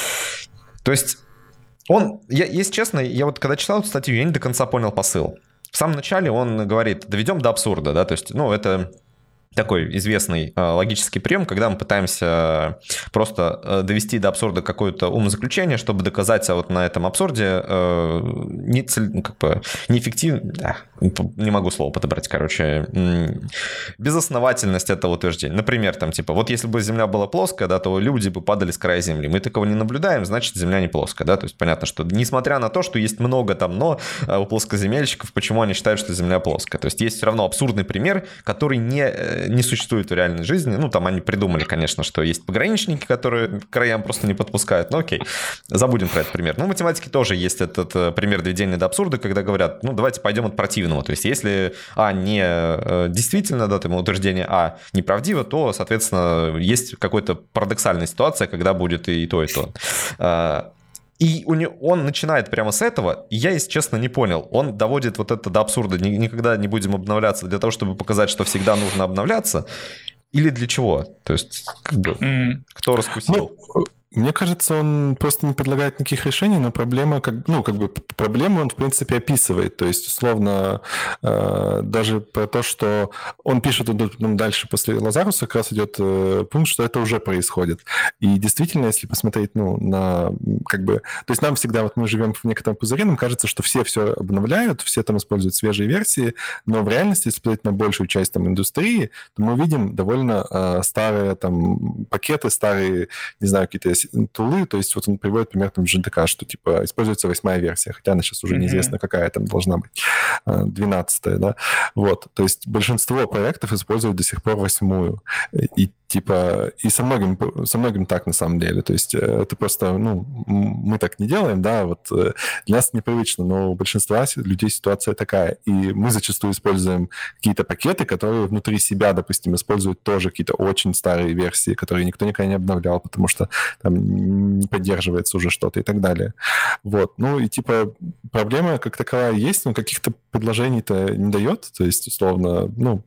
То есть, он, я, если честно, я вот когда читал эту статью, я не до конца понял посыл. В самом начале он говорит, доведем до абсурда, да, то есть, ну, это... такой известный э, логический прием, когда мы пытаемся просто э, довести до абсурда какое-то умозаключение, чтобы доказать а вот на этом абсурде э, не цель, ну, как бы неэффективно, да, не могу слово подобрать, короче, м- безосновательность этого утверждения. Например, там типа, вот если бы Земля была плоская, да, то люди бы падали с края Земли. Мы такого не наблюдаем, значит, Земля не плоская, да, то есть понятно, что несмотря на то, что есть много там но э, у плоскоземельщиков, почему они считают, что Земля плоская. То есть есть все равно абсурдный пример, который не не существует в реальной жизни. Ну, там они придумали, конечно, что есть пограничники, которые к краям просто не подпускают. Ну, окей, забудем про этот пример. Ну, в математике тоже есть этот э, пример доведения до абсурда, когда говорят, ну, давайте пойдем от противного. То есть если А не э, действительно, да, там утверждение А неправдиво, то, соответственно, есть какая-то парадоксальная ситуация, когда будет и то, и то. И у него, он начинает прямо с этого, и я, если честно, не понял. Он доводит вот это до абсурда. Никогда не будем обновляться для того, чтобы показать, что всегда нужно обновляться. Или для чего? То есть, как бы, mm. кто раскусил? Ну, мне кажется, он просто не предлагает никаких решений, но проблема, как, ну, как бы проблему он, в принципе, описывает. То есть, условно, э, даже про то, что он пишет ну, дальше после Lazarus, как раз идет э, пункт, что это уже происходит. И действительно, если посмотреть, ну, на, как бы, то есть нам всегда, вот мы живем в некотором пузыре, нам кажется, что все все обновляют, все там используют свежие версии, но в реальности, если посмотреть на большую часть там индустрии, то мы видим довольно э, старые там пакеты, старые, не знаю, какие-то тулы, то есть вот он приводит пример там джи ди кей, что типа используется восьмая версия, хотя она сейчас уже mm-hmm. неизвестно, какая там должна быть, двенадцатая, да, вот, то есть большинство проектов используют до сих пор восьмую, и типа, и со многим, со многим так на самом деле, то есть это просто, ну, мы так не делаем, да, вот для нас непривычно, но у большинства людей ситуация такая, и мы зачастую используем какие-то пакеты, которые внутри себя, допустим, используют тоже какие-то очень старые версии, которые никто никогда не обновлял, потому что там не поддерживается уже что-то и так далее. Вот, ну и типа проблема как таковая есть, но каких-то предложений-то не дает, то есть, условно, ну,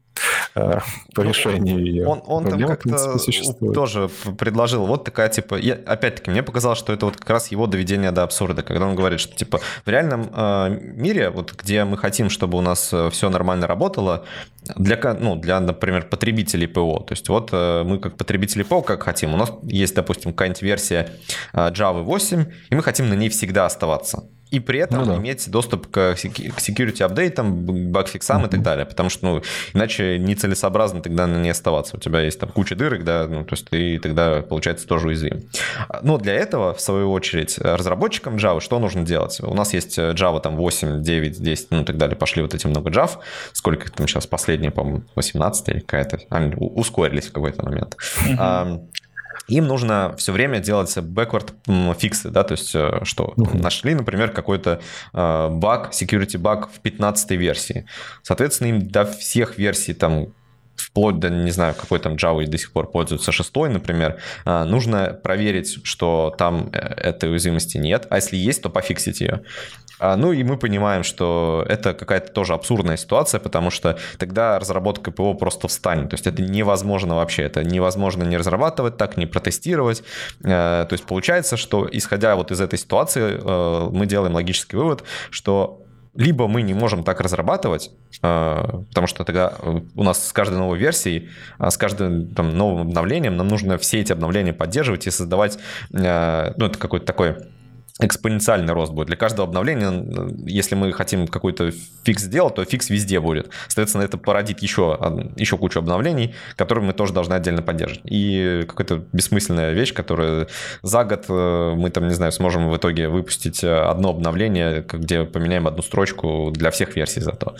по решению ее. Он, он там как-то тоже предложил вот такая, типа, я, опять-таки, мне показалось, что это вот как раз его доведение до абсурда, когда он говорит, что, типа, в реальном э, мире, вот где мы хотим, чтобы у нас все нормально работало, для, ну, для, например, потребителей ПО, то есть вот э, мы как потребители ПО как хотим, у нас есть, допустим, какая-нибудь версия э, Java восемь, и мы хотим на ней всегда оставаться. И при этом ну, да. иметь доступ к security апдейтам, багфиксам mm-hmm. и так далее, потому что, ну, иначе нецелесообразно тогда на ней оставаться. У тебя есть там куча дырок, да, ну, то есть ты тогда, получается, тоже уязвим. Но для этого, в свою очередь, разработчикам Java что нужно делать? У нас есть Java там восемь, девять, десять, ну, и так далее, пошли вот эти много Java. Сколько там сейчас последние, по-моему, восемнадцать или какая-то, они ускорились в какой-то момент. Mm-hmm. Им нужно все время делать backward фиксы, да, то есть что uh-huh. нашли, например, какой-то э, баг, security баг в пятнадцатой версии. Соответственно, им до всех версий там вплоть до, не знаю, какой там Java до сих пор пользуются, шестой, например, нужно проверить, что там этой уязвимости нет, а если есть, то пофиксить ее. Ну и мы понимаем, что это какая-то тоже абсурдная ситуация, потому что тогда разработка ПО просто встанет. То есть это невозможно вообще, это невозможно не разрабатывать так, не протестировать. То есть получается, что исходя вот из этой ситуации, мы делаем логический вывод, что либо мы не можем так разрабатывать, потому что тогда у нас с каждой новой версией, с каждым там, новым обновлением нам нужно все эти обновления поддерживать и создавать, ну, это какой-то такой экспоненциальный рост будет. Для каждого обновления, если мы хотим какой-то фикс сделать, то фикс везде будет. Соответственно, это породит еще, еще кучу обновлений, которые мы тоже должны отдельно поддерживать. И какая-то бессмысленная вещь, которая за год мы там, не знаю, сможем в итоге выпустить одно обновление, где поменяем одну строчку для всех версий зато.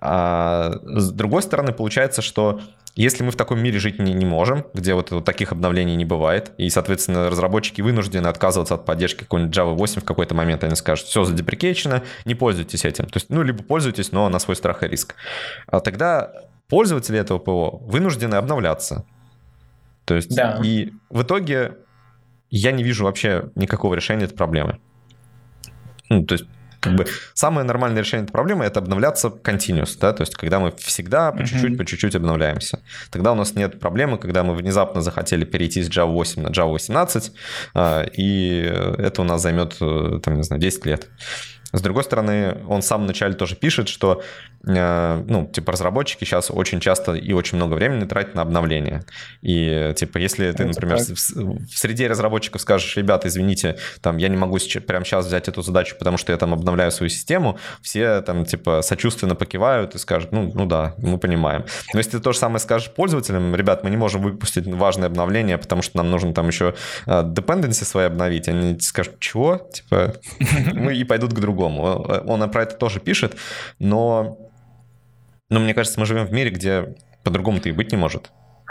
А с другой стороны, получается, что если мы в таком мире жить не, не можем, где вот, вот таких обновлений не бывает, и, соответственно, разработчики вынуждены отказываться от поддержки какой-нибудь Java восемь в какой-то момент, они скажут, все задеприкейчено, не пользуйтесь этим. То есть, ну, либо пользуйтесь, но на свой страх и риск. А тогда пользователи этого ПО вынуждены обновляться. То есть, да. И в итоге я не вижу вообще никакого решения этой проблемы. Ну, то есть, как бы самое нормальное решение этой проблемы — это обновляться continuous, да, то есть когда мы всегда по чуть-чуть, uh-huh. по чуть-чуть обновляемся. Тогда у нас нет проблемы, когда мы внезапно захотели перейти с Java восемь на Java восемнадцать, и это у нас займет, там, не знаю, десять лет. С другой стороны, он в самом начале тоже пишет, что ну, типа, разработчики сейчас очень часто и очень много времени тратят на обновления. И, типа, если ты, например, в, в среде разработчиков скажешь, ребята, извините, там, я не могу сейчас, прямо сейчас взять эту задачу, потому что я там обновляю свою систему, все там, типа, сочувственно покивают и скажут, ну, ну да, мы понимаем. Но если ты то же самое скажешь пользователям, ребят, мы не можем выпустить важное обновление, потому что нам нужно там еще dependency свои обновить, они скажут, чего? Типа, мы и пойдут к другому. Он про это тоже пишет, но, но мне кажется, мы живем в мире, где по-другому-то и быть не может.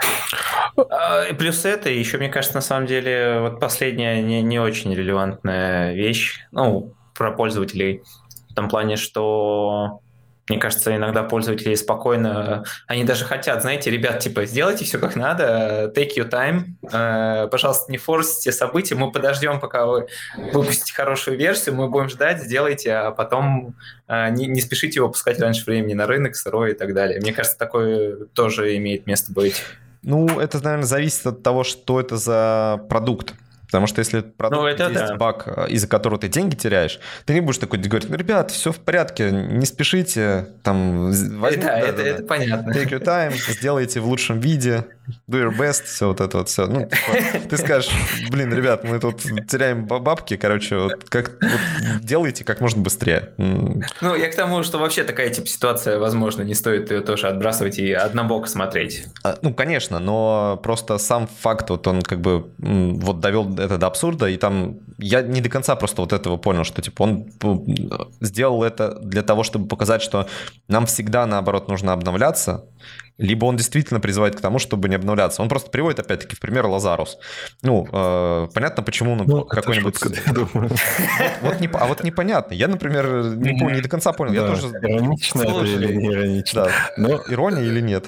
Плюс это, еще, мне кажется, на самом деле, вот последняя не, не очень релевантная вещь, ну, про пользователей, в том плане, что... Мне кажется, иногда пользователи спокойно, они даже хотят, знаете, ребят, типа, сделайте все как надо, take your time, э, пожалуйста, не форсите события, мы подождем, пока вы выпустите хорошую версию, мы будем ждать, сделайте, а потом э, не, не спешите его пускать раньше времени на рынок, сырой и так далее. Мне кажется, такое тоже имеет место быть. Ну, это, наверное, зависит от того, что это за продукт. Потому что если продукт ну, это есть да. баг, из-за которого ты деньги теряешь, ты не будешь такой говорить, ну, ребят, все в порядке, не спешите, там, возьмите, да, да, это, да, это да. понятно. Take your time, сделайте в лучшем виде, do your best, все вот это вот все. Ну, типа, ты скажешь, блин, ребят, мы тут теряем бабки, короче, вот, как, вот, делайте как можно быстрее. Ну, я к тому, что вообще такая типа ситуация, возможно, не стоит ее тоже отбрасывать и однобоко смотреть. А, ну, конечно, но просто сам факт, вот он как бы вот довел это до абсурда, и там я не до конца просто вот этого понял, что типа он сделал это для того, чтобы показать, что нам всегда, наоборот, нужно обновляться, либо он действительно призывает к тому, чтобы не обновляться. Он просто приводит, опять-таки, в пример Лазарус. Ну, э, понятно, почему ну, ну, какой-нибудь... Шутка, я думаю. Вот, вот не, а вот непонятно. Я, например, не, не до конца понял. Да, я тоже... Иронично это или не иронично? Да. Но ирония или нет?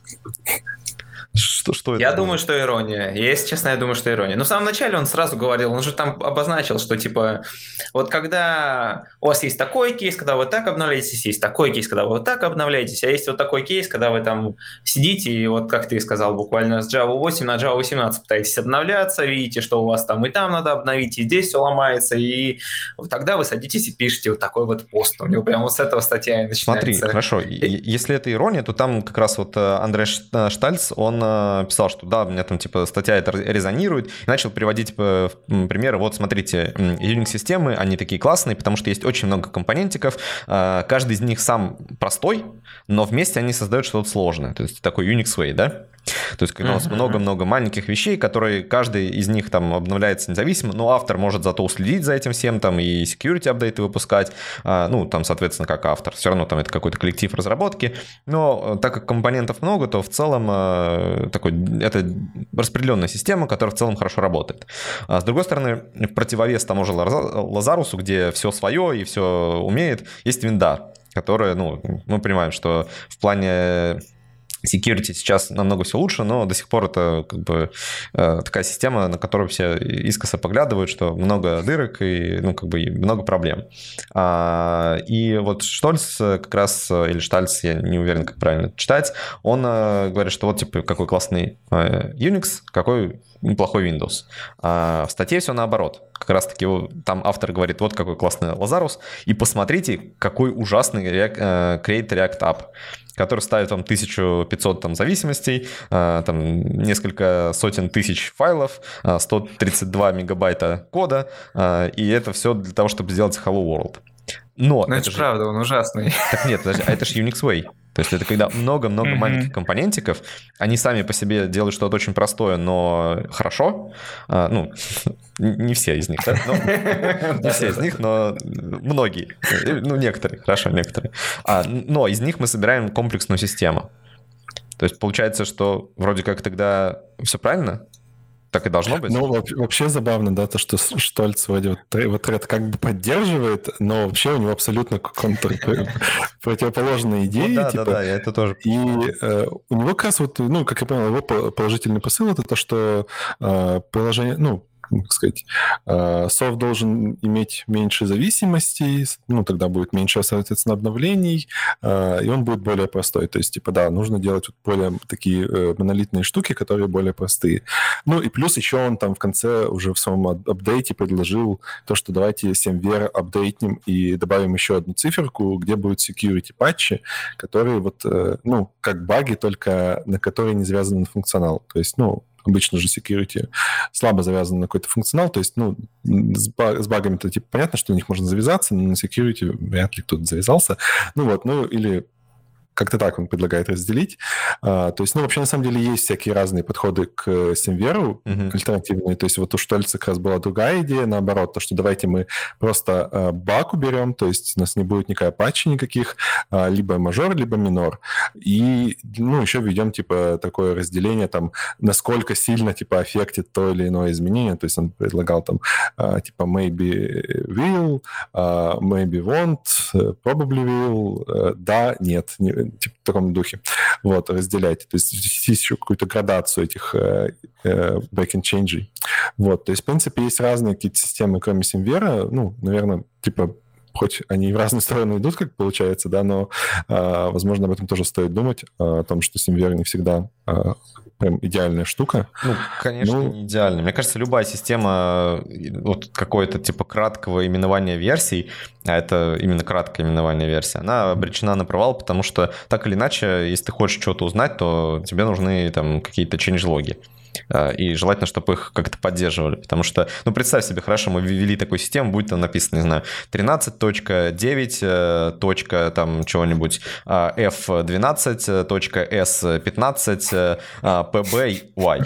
Что, что это я было? думаю, что ирония. Если честно, я думаю, что ирония. Но в самом начале он сразу говорил, он же там обозначил, что типа вот когда у вас есть такой кейс, когда вы так обновляетесь, есть такой кейс, когда вы вот так обновляетесь, а есть вот такой кейс, когда вы там сидите и вот, как ты сказал, буквально с Java восемь на Java восемнадцать пытаетесь обновляться, видите, что у вас там и там надо обновить, и здесь все ломается, и вот тогда вы садитесь и пишете вот такой вот пост. У него прямо вот с этого статья и начинается. Смотри, хорошо, и... если это ирония, то там как раз вот Андрей Штальц, он э, писал, что да, у меня там типа статья это резонирует, и начал приводить э, примеры. Вот смотрите, Unix-системы, они такие классные, потому что есть очень много компонентиков, э, каждый из них сам простой, но вместе они создают что-то сложное, то есть такой Unix way, да? То есть, когда у нас много-много маленьких вещей, которые каждый из них там обновляется независимо, но автор может зато уследить за этим всем, там и security апдейты выпускать, ну, там, соответственно, как автор. Все равно там это какой-то коллектив разработки. Но так как компонентов много, то в целом такой, это распределенная система, которая в целом хорошо работает. А с другой стороны, в противовес тому же Лазарусу, где все свое и все умеет, есть винда, которая, ну, мы понимаем, что в плане security сейчас намного все лучше, но до сих пор это как бы э, такая система, на которую все искоса поглядывают, что много дырок и, ну, как бы много проблем. А, и вот Штольц как раз, или Штальц, я не уверен, как правильно читать, он э, говорит, что вот типа какой классный э, Unix, какой неплохой Windows. А в статье все наоборот. Как раз-таки там автор говорит, вот какой классный Lazarus, и посмотрите, какой ужасный React, э, Create React App, который ставит вам тысячу пятьсот там, зависимостей, э, там, несколько сотен тысяч файлов, э, сто тридцать два мегабайта кода, э, и это все для того, чтобы сделать Hello World. Но это, это же правда, он ужасный. Так нет, подожди, а это же Unix Way. То есть это когда много-много mm-hmm. маленьких компонентиков, они сами по себе делают что-то очень простое, но хорошо. А, ну, не все из них, да? Ну, не все из них, но многие. Ну, некоторые, хорошо, некоторые. А, но из них мы собираем комплексную систему. То есть получается, что вроде как тогда все правильно? Так и должно быть? Ну, вообще забавно, да, то, что Штольц вроде вот, вот это как бы поддерживает, но вообще у него абсолютно контр противоположные идеи. Ну, да, типа, да, да, я это тоже... И э, у него как раз вот, ну, как я понял, его положительный посыл — это то, что э, приложение, ну, как сказать, софт должен иметь меньше зависимостей, ну, тогда будет меньше, соответственно, обновлений, и он будет более простой. То есть, типа, да, нужно делать вот более такие монолитные штуки, которые более простые. Ну, и плюс еще он там в конце уже в своем апдейте предложил то, что давайте семь-вер апдейтнем и добавим еще одну циферку, где будут security патчи, которые вот, ну, как баги, только на которые не завязан функционал. То есть, ну, обычно же security слабо завязан на какой-то функционал, то есть, ну, с, баг, с багами-то, типа, понятно, что на них можно завязаться, но на security вряд ли кто-то завязался. Ну вот, ну или как-то так он предлагает разделить. А, то есть, ну, вообще, на самом деле, есть всякие разные подходы к семь-веру, uh-huh. альтернативные. То есть вот у Штольца как раз была другая идея, наоборот, то, что давайте мы просто а, баг уберем, то есть у нас не будет никакой патчи никаких, а, либо мажор, либо минор. И, ну, еще введем, типа, такое разделение, там, насколько сильно, типа, аффектит то или иное изменение. То есть он предлагал, там, а, типа, maybe will, а, maybe won't, probably will, а, да, нет, не, типа в таком духе. Вот, разделять. То есть есть еще какую-то градацию этих э, э, backend change. Вот, то есть, в принципе, есть разные какие-то системы, кроме семь-вера. Ну, наверное, типа, хоть они в разные стороны идут, как получается, да, но, э, возможно, об этом тоже стоит думать, э, о том, что семь-вер не всегда э, прям идеальная штука. Ну, конечно, ну, не идеальная. Мне кажется, любая система вот какое-то типа краткого именования версий, а это именно краткое именование версии, она обречена на провал, потому что так или иначе, если ты хочешь что-то узнать, то тебе нужны там какие-то change-логи. И желательно, чтобы их как-то поддерживали. Потому что, ну, представь себе, хорошо, мы ввели такую систему, будет там написано, не знаю, тринадцать точка девять, там чего-нибудь, эф двенадцать, эс пятнадцать, пи би уай.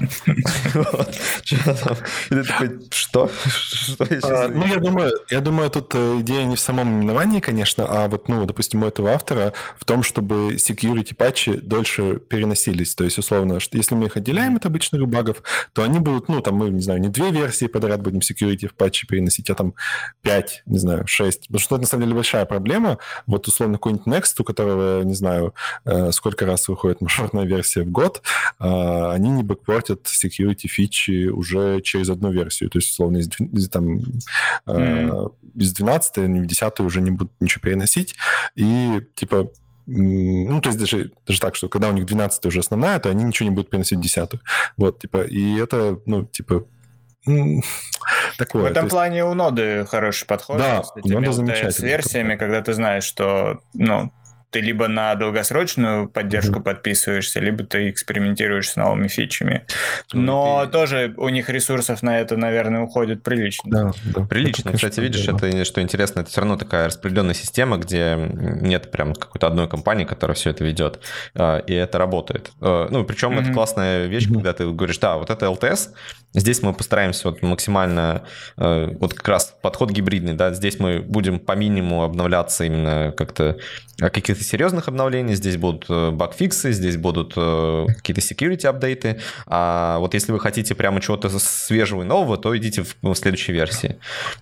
Что? Ну, я думаю, я думаю, тут идея не в самом именовании, конечно, а вот, ну, допустим, у этого автора в том, чтобы security патчи дольше переносились. То есть, условно, если мы их отделяем от обычных багов, то они будут, ну, там, мы, не знаю, не две версии подряд будем security в патче переносить, а там пять, не знаю, шесть. Потому что это, на самом деле, большая проблема. Вот, условно, какой-нибудь Next, у которого, не знаю, сколько раз выходит мажорная версия в год, они не бэкпортят security фичи уже через одну версию. То есть, условно, из, из, там, mm-hmm. из двенадцатой, в десятой уже не будут ничего переносить. И, типа, ну, то есть даже, даже так, что когда у них двенадцатая уже основная, то они ничего не будут переносить в десятую. Вот, типа, и это, ну, типа, такое. В этом есть... плане у ноды хороший подход. Да, у ноды замечательный. С версиями, когда ты знаешь, что, ну, ты либо на долгосрочную поддержку mm-hmm. подписываешься, либо ты экспериментируешь с новыми фичами. Но ты... тоже у них ресурсов на это, наверное, уходит прилично. Да, да. Прилично. Это, кстати, конечно, видишь, да. это, что интересно, это все равно такая распределенная система, где нет прям какой-то одной компании, которая все это ведет, и это работает. Ну, причем mm-hmm. это классная вещь, mm-hmm. когда ты говоришь, да, вот это эл ти эс, здесь мы постараемся вот максимально, вот как раз подход гибридный, да, здесь мы будем по минимуму обновляться именно как-то каких-то серьезных обновлений, здесь будут баг-фиксы, здесь будут какие-то security-апдейты, а вот если вы хотите прямо чего-то свежего и нового, то идите в следующей версии.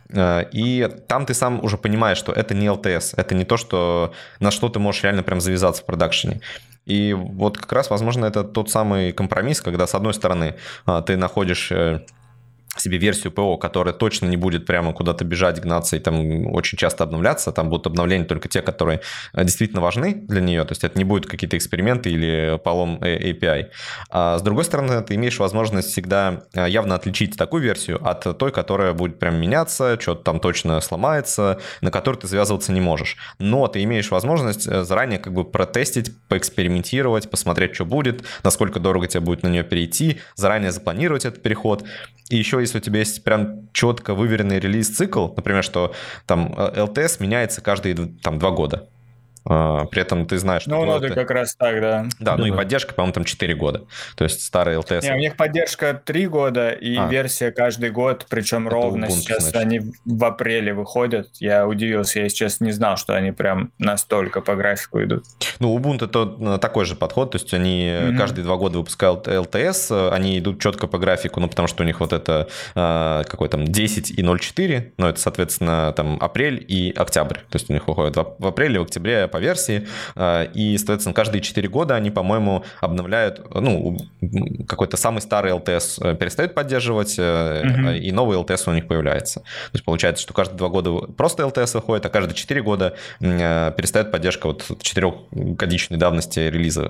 И там ты сам уже понимаешь, что это не эл ти эс, это не то, что, на что ты можешь реально прям завязаться в продакшене. И вот как раз, возможно, это тот самый компромисс, когда, с одной стороны, ты находишь себе версию ПО, которая точно не будет прямо куда-то бежать, гнаться и там очень часто обновляться. Там будут обновления только те, которые действительно важны для нее. То есть это не будут какие-то эксперименты или полом эй пи ай. А с другой стороны, ты имеешь возможность всегда явно отличить такую версию от той, которая будет прям меняться, что-то там точно сломается, на которой ты завязываться не можешь. Но ты имеешь возможность заранее как бы протестить, поэкспериментировать, посмотреть, что будет, насколько дорого тебе будет на нее перейти, заранее запланировать этот переход. И еще, если у тебя есть прям четко выверенный релиз-цикл, например, что там эл ти эс меняется каждые там, два года. При этом ты знаешь, что... Ну, надо как раз так, да. Да, ну и поддержка, по-моему, там четыре года. То есть старый эл ти эс... Не, у них поддержка три года и а. версия каждый год, причем это ровно Ubuntu, сейчас значит. Они в апреле выходят. Я удивился, я, если честно, не знал, что они прям настолько по графику идут. Ну, Ubuntu это такой же подход, то есть они mm-hmm. каждые два года выпускают эл ти эс, они идут четко по графику, ну, потому что у них вот это какой там десять и ноль четыре, ну, это, соответственно, там апрель и октябрь. То есть у них выходит в апреле, в октябре по версии, и, соответственно, каждые четыре года они, по-моему, обновляют, ну, какой-то самый старый эл ти эс перестают поддерживать, mm-hmm. и новый эл ти эс у них появляется. То есть получается, что каждые два года просто эл ти эс выходит, а каждые четыре года перестает поддержка вот четырехгодичной давности релиза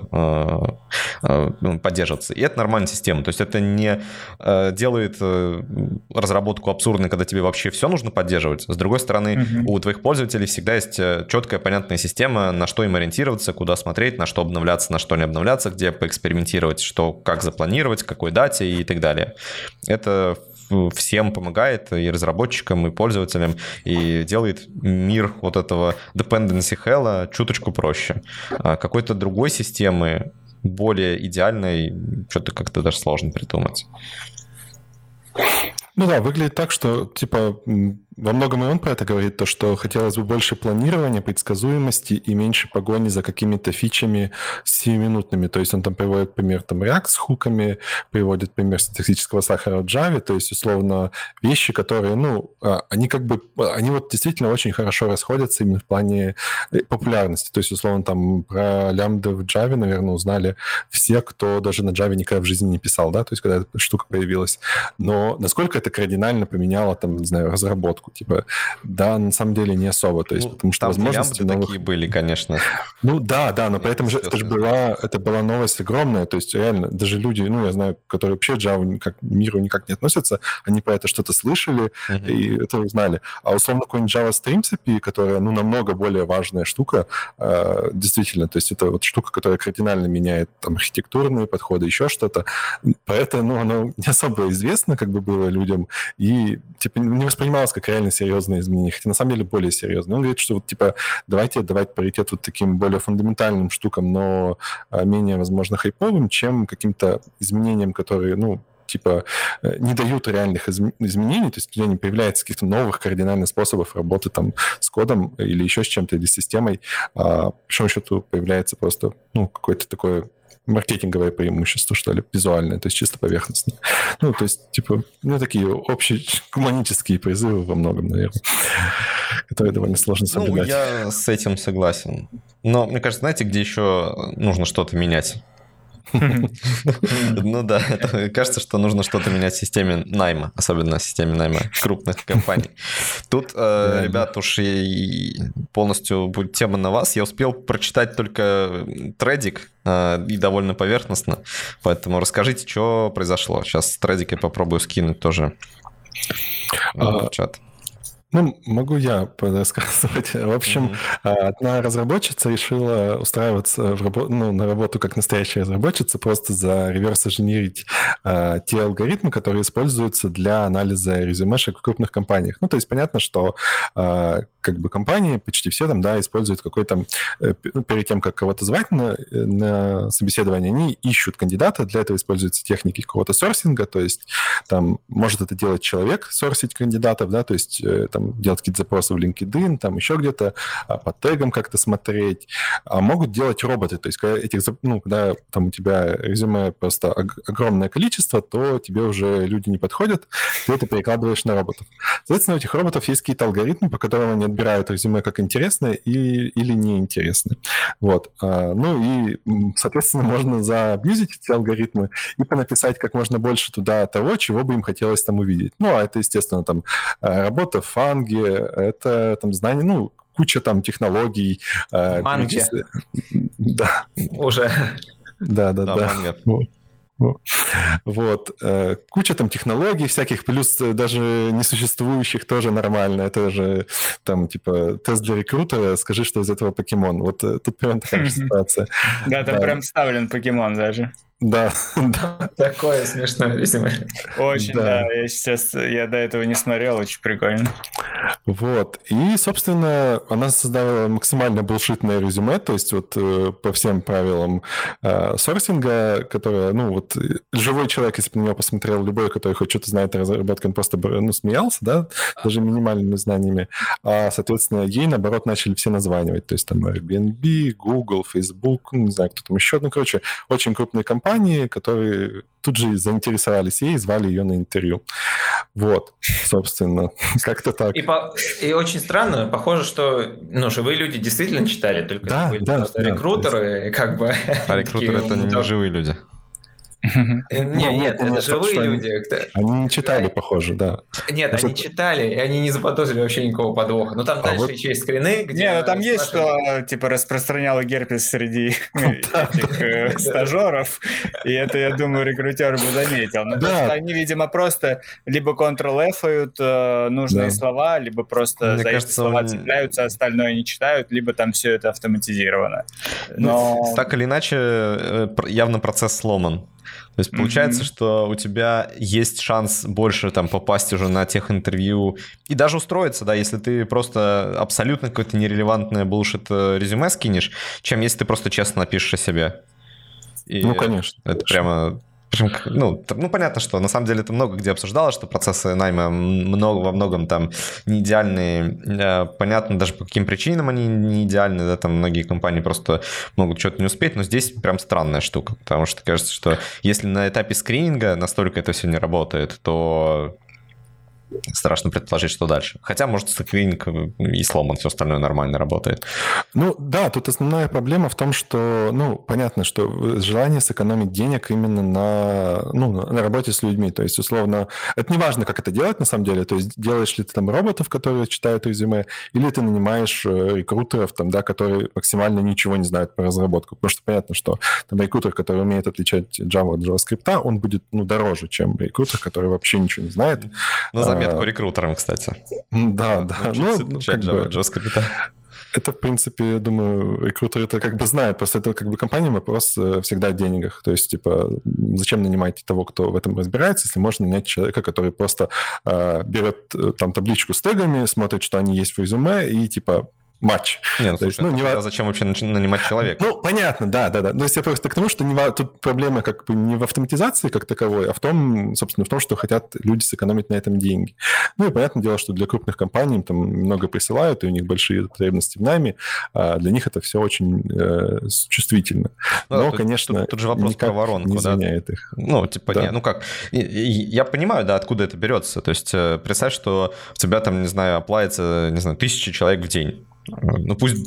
поддерживаться. И это нормальная система. То есть это не делает разработку абсурдной, когда тебе вообще все нужно поддерживать. С другой стороны, mm-hmm. у твоих пользователей всегда есть четкая, понятная система, на что им ориентироваться, куда смотреть, на что обновляться, на что не обновляться, где поэкспериментировать, что, как запланировать, к какой дате и так далее. Это всем помогает, и разработчикам, и пользователям, и делает мир вот этого dependency hell чуточку проще. А какой-то другой системы, более идеальной, что-то как-то даже сложно придумать. Ну да, выглядит так, что, типа, во многом и он про это говорит, то, что хотелось бы больше планирования, предсказуемости и меньше погони за какими-то фичами сиюминутными. То есть он там приводит пример там React с хуками, приводит пример синтаксического сахара в Java, то есть, условно, вещи, которые, ну, они как бы, они вот действительно очень хорошо расходятся именно в плане популярности. То есть, условно, там про лямбда в Java, наверное, узнали все, кто даже на Java никогда в жизни не писал, да, то есть, когда эта штука появилась. Но насколько это кардинально поменяло, там, не знаю, разработку? Типа, да, на самом деле не особо, то есть, ну, потому что там возможности новых... такие были, конечно. Ну да, да, но поэтому же это же была, это была новость огромная, то есть реально даже люди, ну я знаю, которые вообще к Java никак, миру никак не относятся, они про это что-то слышали uh-huh. и это узнали. А условно какой-нибудь Java Stream си пи, которая, ну, намного более важная штука, э, действительно, то есть это вот штука, которая кардинально меняет там архитектурные подходы, еще что-то. Про это, ну, оно не особо известно, как бы было людям, и типа не воспринималось как реально серьезные изменения, хотя на самом деле более серьезные. Он говорит, что вот типа давайте отдавать приоритет вот таким более фундаментальным штукам, но менее, возможно, хайповым, чем каким-то изменениям, которые, ну, типа, не дают реальных изм- изменений, то есть у тебя не появляется каких-то новых кардинальных способов работы там с кодом или еще с чем-то, или с системой, а, по большому счету появляется просто, ну, какое-то такое маркетинговое преимущество, что ли, визуальное, то есть чисто поверхностное. Ну, то есть, типа, ну, такие общие гуманические призывы во многом, наверное, которые довольно сложно соблюдать. Ну, я с этим согласен. Но, мне кажется, знаете, где еще нужно что-то менять? Ну да, кажется, что нужно что-то менять в системе найма, особенно в системе найма крупных компаний. Тут, ребят, уж полностью будет тема на вас. Я успел прочитать только тредик и довольно поверхностно, поэтому расскажите, что произошло. Сейчас тредик я попробую скинуть тоже в чат. Ну, могу я рассказывать. В общем, mm-hmm. одна разработчица решила устраиваться в рабо- ну, на работу как настоящая разработчица, просто за реверс-инженерить а, те алгоритмы, которые используются для анализа резюмешек в крупных компаниях. Ну, то есть понятно, что а, как бы компании, почти все там, да, используют какой-то... Перед тем, как кого-то звать на, на собеседование, они ищут кандидата, для этого используются техники какого-то сорсинга, то есть там может это делать человек, сорсить кандидатов, да, то есть там, делать какие-то запросы в LinkedIn, там еще где-то, по тегам как-то смотреть. А могут делать роботы. То есть, когда, этих, ну, когда там у тебя резюме просто огромное количество, то тебе уже люди не подходят, ты это перекладываешь на роботов. Соответственно, у этих роботов есть какие-то алгоритмы, по которым они отбирают резюме как интересное и, или неинтересное. Вот. Ну и, соответственно, можно заабьюзить эти алгоритмы и понаписать как можно больше туда того, чего бы им хотелось там увидеть. Ну, а это, естественно, там работа в фанге, это там знание, ну, куча там технологий. Манги. Да. Уже. Да, да, да. Вот. Куча там технологий всяких, плюс даже несуществующих тоже нормально. Это же там типа тест для рекрутера, скажи, что из этого покемон. Вот тут прям такая же ситуация. Да, там прям вставлен покемон даже. Да, да. Такое смешное резюме. Очень, да. да. Я сейчас, я до этого не смотрел, очень прикольно. Вот. И, собственно, она создала максимально булшитное резюме, то есть вот по всем правилам э, сорсинга, которое, ну, вот живой человек, если бы на него посмотрел, любой, который хоть что-то знает о разработке, он просто, ну, смеялся, да, даже минимальными знаниями. А, соответственно, ей, наоборот, начали все названивать, то есть там Airbnb, Google, Facebook, ну, не знаю, кто там еще, ну, короче, очень крупные компании, которые тут же заинтересовались ей и звали ее на интервью. Вот, собственно, как-то так. И, по... и очень странно, похоже, что ну, живые люди действительно читали, только да, это были да, просто да, рекрутеры, есть... как бы... А рекрутеры — это не живые люди. Нет, нет, это живые люди. Они не читали, похоже, да. Нет, они читали, и они не заподозрили вообще никакого подвоха. Но там дальше еще есть скрины, где... Не, ну там есть, что типа распространяла герпес среди этих стажеров, и это, я думаю, рекрутер бы заметил. Но просто они, видимо, просто либо контрол-эфают нужные слова, либо просто за эти слова цепляются, остальное не читают, либо там все это автоматизировано. Но... Так или иначе, явно процесс сломан. То есть получается, mm-hmm. что у тебя есть шанс больше там попасть уже на тех интервью и даже устроиться, да, если ты просто абсолютно какое-то нерелевантное булшит резюме скинешь, чем если ты просто честно напишешь о себе. И ну, конечно. Это конечно. прямо... Ну, ну, понятно, что на самом деле это много где обсуждалось, что процессы найма много, во многом там не идеальные. Понятно, даже по каким причинам они не идеальны, да, там многие компании просто могут что-то не успеть, но здесь прям странная штука, потому что кажется, что если на этапе скрининга настолько это все не работает, то страшно предположить, что дальше. Хотя, может, скрининг и сломан, все остальное нормально работает. Ну, да, тут основная проблема в том, что, ну, понятно, что желание сэкономить денег именно на, ну, на работе с людьми. То есть, условно, это не важно, как это делать на самом деле. То есть, делаешь ли ты там роботов, которые читают резюме, или ты нанимаешь рекрутеров, там, да, которые максимально ничего не знают про разработку. Потому что понятно, что там рекрутер, который умеет отличать Java от JavaScript, он будет, ну, дороже, чем рекрутер, который вообще ничего не знает. Ну, заметку рекрутерам, кстати. Да, да. Ну, ну, как бы, JavaScript. Это, в принципе, я думаю, рекрутеры это как бы знают. Просто это как бы компания, вопрос всегда о деньгах. То есть, типа, зачем нанимать того, кто в этом разбирается, если можно нанять человека, который просто э, берет там табличку с тегами, смотрит, что они есть в резюме, и, типа, матч. Не, ну, слушай, есть, ну, не ва... зачем вообще нанимать человека? Ну, понятно, да, да, да. То есть я просто к тому, что не ва... тут проблема как бы не в автоматизации как таковой, а в том, собственно, в том, что хотят люди сэкономить на этом деньги. Ну и понятное дело, что для крупных компаний там много присылают, и у них большие потребности в найме, а для них это все очень э, чувствительно. Ну, но, да, тут, конечно, тут, тут же вопрос про воронку, не да? их. Ну, типа, да. не, ну как, я понимаю, да, откуда это берется. То есть представь, что у тебя там, не знаю, оплавится, не знаю, тысячи человек в день. Ну, пусть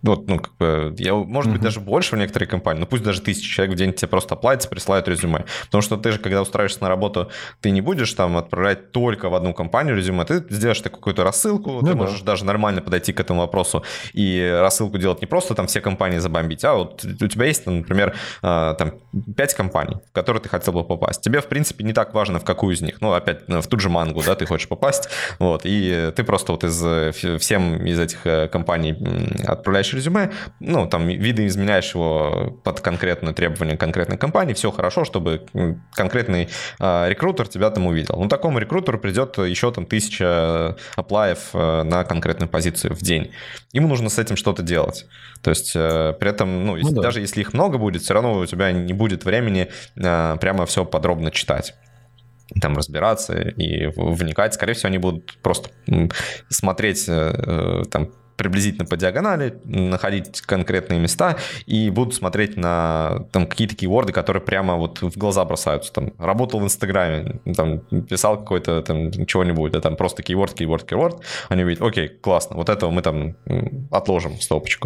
Вот, ну, как бы, я, может быть, mm-hmm. даже больше в некоторые компании, но пусть даже тысяча человек в день тебе просто оплатятся, присылают резюме. Потому что ты же, когда устраиваешься на работу, ты не будешь там отправлять только в одну компанию резюме, ты сделаешь какую-то рассылку, ну, ты да. можешь даже нормально подойти к этому вопросу и рассылку делать не просто там все компании забомбить, а вот у тебя есть, например, там пять компаний, в которые ты хотел бы попасть. Тебе, в принципе, не так важно, в какую из них. Ну, опять, в ту же Мангу, да, ты хочешь попасть, вот, и ты просто вот из всем из этих компаний отправляешь резюме, ну, там, видоизменяешь его под конкретное требование конкретной компании, все хорошо, чтобы конкретный э, рекрутер тебя там увидел. Ну, такому рекрутеру придет еще там тысяча аплаев э, на конкретную позицию в день. Ему нужно с этим что-то делать. То есть, э, при этом, ну, если, ну да. даже если их много будет, все равно у тебя не будет времени э, прямо все подробно читать. Там разбираться и вникать. Скорее всего, они будут просто смотреть э, там приблизительно по диагонали, находить конкретные места и будут смотреть на там, какие-то кейворды, которые прямо вот в глаза бросаются. Там, работал в Инстаграме, там, писал какой-то там чего-нибудь, да, там просто кейворд, кейворд, кейворд. Они видят, окей, классно, вот этого мы там отложим в стопочку.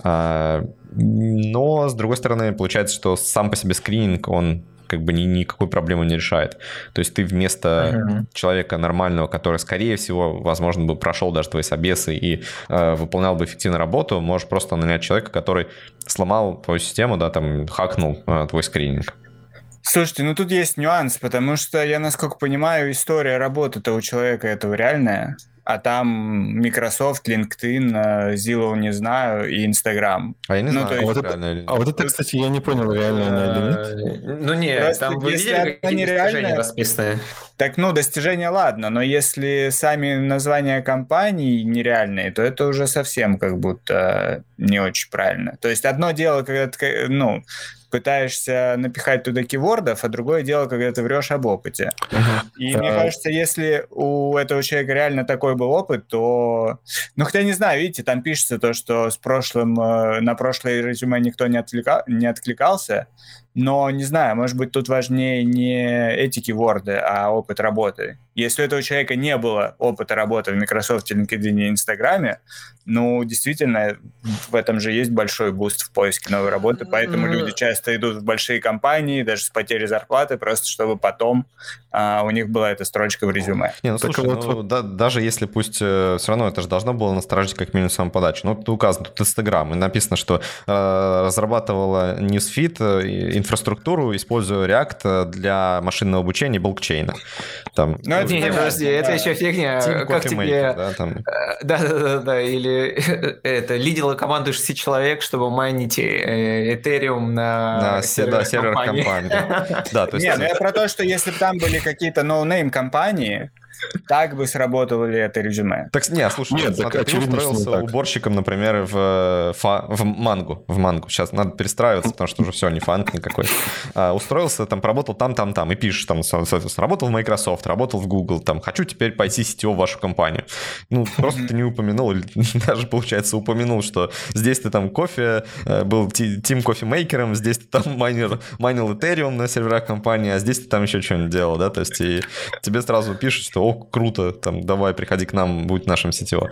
А, но, с другой стороны, получается, что сам по себе скрининг, он как бы ни, никакой проблемы не решает. То есть ты вместо uh-huh. человека нормального, который, скорее всего, возможно, бы прошел даже твои собесы и э, выполнял бы эффективно работу, можешь просто нанять человека, который сломал твою систему, да, там, хакнул э, твой скрининг. Слушайте, ну тут есть нюанс, потому что, я, насколько понимаю, история работы-то у человека этого реальная, а там Microsoft, LinkedIn, Zillow, не знаю, и Instagram. А я не ну, знаю, есть... а, вот это, а вот это, кстати, я не понял, реально она или нет. Ну нет, там вы видели, какие достижения расписаны? Так, ну, достижения, ладно, но если сами названия компаний нереальные, то это уже совсем как будто не очень правильно. То есть одно дело, когда ты, ну, пытаешься напихать туда кивордов, а другое дело, когда ты врешь об опыте. Uh-huh. И uh-huh. мне кажется, если у этого человека реально такой был опыт, то... Ну, хотя не знаю, видите, там пишется то, что с прошлым, на прошлое резюме никто не, отвлека... не откликался, но, не знаю, может быть, тут важнее не эти киворды, а опыт работы. Если у этого человека не было опыта работы в Microsoft, LinkedIn и Инстаграме, ну, действительно, в этом же есть большой буст в поиске новой работы, поэтому mm-hmm. люди часто идут в большие компании, даже с потерей зарплаты, просто чтобы потом а, у них была эта строчка в резюме. Не, ну, слушай, вот, ну, вот... Да, даже если пусть э, все равно это же должно было настораживать как минимум саму подачу. Ну, тут указано, тут Инстаграм, и написано, что э, разрабатывала Newsfeed э, инфраструктуру, используя React для машинного обучения и блокчейна. Там, ну, это, не, не, подожди, да. это еще фигня. Team как тебе... Maker, да, там... да, да, да, да, или это лидила команду шести человек, чтобы майнить Ethereum на, на сервер, сервер компании. компании. Да, то есть... Не, ну я про то, что если бы там были какие-то ноунейм компании, так бы сработало ли это резюме? Так, не, слушай, нет, смотри, ты устроился уборщиком, например, в, фа, в Мангу, в Мангу. Сейчас надо перестраиваться, потому что уже все, не фанк никакой. А, устроился, там, поработал там, там, там, и пишешь, там, соответственно, работал в Microsoft, работал в Google, там, хочу теперь пойти си ти о в вашу компанию. Ну, просто ты не упомянул, или даже, получается, упомянул, что здесь ты там кофе, был Team кофемейкером, здесь ты там майнер, майнил Ethereum на серверах компании, а здесь ты там еще что-нибудь делал, да, то есть и тебе сразу пишут, что о, круто, там, давай, приходи к нам, будь нашим си ти о.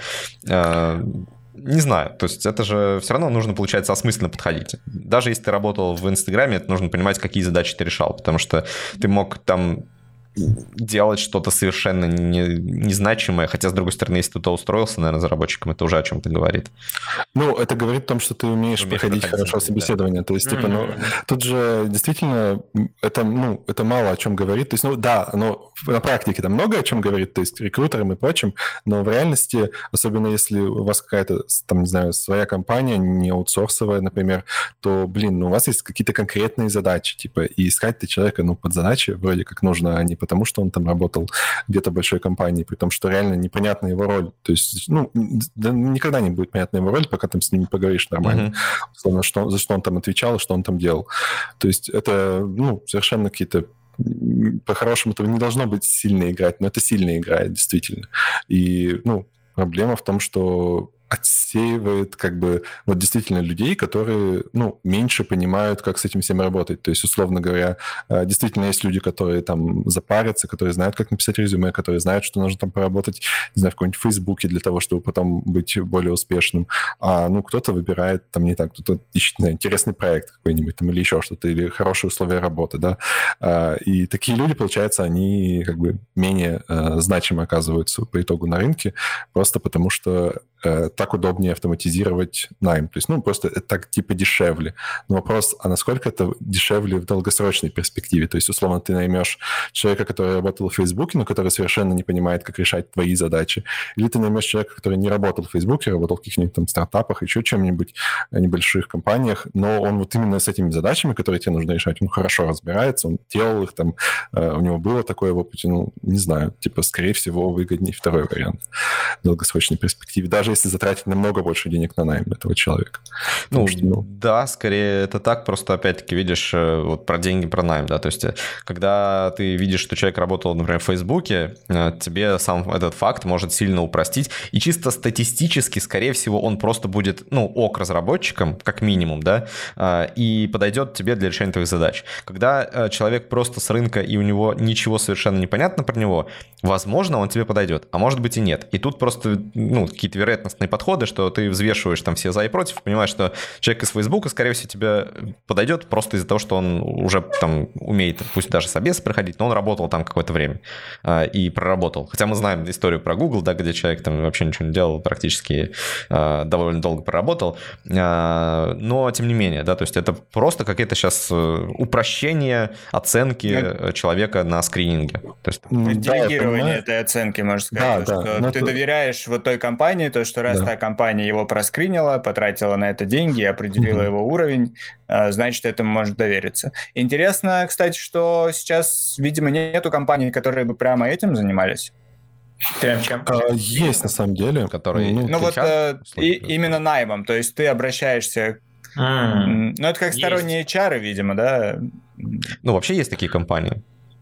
А, не знаю, то есть это же все равно нужно, получается, осмысленно подходить. Даже если ты работал в Инстаграме, это нужно понимать, какие задачи ты решал, потому что ты мог там делать что-то совершенно не, незначимое, хотя, с другой стороны, если ты устроился, наверное, разработчиком, это уже о чем-то говорит. Ну, это говорит о том, что ты умеешь, умеешь проходить хорошо собеседование. Да. То есть, mm-hmm. типа, ну, тут же действительно это, ну, это мало о чем говорит. То есть, ну, да, но на практике там много о чем говорит, то есть рекрутерам и прочим, но в реальности, особенно если у вас какая-то, там, не знаю, своя компания, не аутсорсовая, например, то, блин, ну, у вас есть какие-то конкретные задачи, типа, и искать ты человека, ну, под задачи вроде как нужно, а не потому что он там работал где-то в большой компании, при том, что реально непонятна его роль. То есть, ну, да, никогда не будет понятна его роль, пока там с ним не поговоришь нормально. Mm-hmm. Условно, что, за что он там отвечал и что он там делал. То есть это, ну, совершенно какие-то по-хорошему этого не должно быть сильно играть, но это сильно играет, действительно. И, ну, проблема в том, что отсеивает как бы вот действительно людей, которые, ну, меньше понимают, как с этим всем работать. То есть, условно говоря, действительно есть люди, которые там запарятся, которые знают, как написать резюме, которые знают, что нужно там поработать, не знаю, в каком-нибудь Фейсбуке для того, чтобы потом быть более успешным. А, ну, кто-то выбирает там не так, кто-то ищет, не знаю, интересный проект какой-нибудь там или еще что-то, или хорошие условия работы, да. А, и такие люди, получается, они как бы менее а, значимы оказываются по итогу на рынке, просто потому что а, так удобнее автоматизировать найм. То есть, ну, просто это так типа дешевле. Но вопрос, а насколько это дешевле в долгосрочной перспективе? То есть, условно, ты наймешь человека, который работал в Фейсбуке, но который совершенно не понимает, как решать твои задачи. Или ты наймешь человека, который не работал в Фейсбуке, работал в каких-нибудь там стартапах, еще чем-нибудь, небольших компаниях, но он вот именно с этими задачами, которые тебе нужно решать, он хорошо разбирается, он делал их там, у него было такое в опыте, ну, не знаю, типа, скорее всего, выгоднее второй вариант в долгосрочной перспективе, даже если затратить намного больше денег на найм этого человека. Ну, что, ну, да, скорее это так, просто опять-таки видишь вот про деньги, про найм, да, то есть когда ты видишь, что человек работал, например, в Фейсбуке, тебе сам этот факт может сильно упростить, и чисто статистически, скорее всего, он просто будет, ну, ок разработчиком, как минимум, да, и подойдет тебе для решения твоих задач. Когда человек просто с рынка, и у него ничего совершенно не понятно про него, возможно, он тебе подойдет, а может быть и нет. И тут просто, ну, какие-то вероятностные подходы, что ты взвешиваешь там все за и против, понимаешь, что человек из Фейсбука, скорее всего, тебе подойдет просто из-за того, что он уже там умеет, пусть даже собесы проходить, но он работал там какое-то время э, и проработал. Хотя мы знаем историю про Google, да, где человек там вообще ничего не делал, практически э, довольно долго проработал. Э, но, тем не менее, да, то есть это просто какие-то сейчас упрощение оценки это... человека на скрининге. То есть, да, делегирование этой оценки, можно сказать. Да, то, да, что ты это... доверяешь вот той компании, то, что раз да. та компания его проскринила, потратила на это деньги, определила mm-hmm. его уровень, значит, этому может довериться. Интересно, кстати, что сейчас, видимо, нету компаний, которые бы прямо этим занимались. Прям чем? А, есть, на самом деле. Которые ну, ну вот а, и, именно наймом, то есть ты обращаешься... Mm. Ну, это как есть. Сторонние эйч ар, видимо, да? Ну, вообще есть такие компании.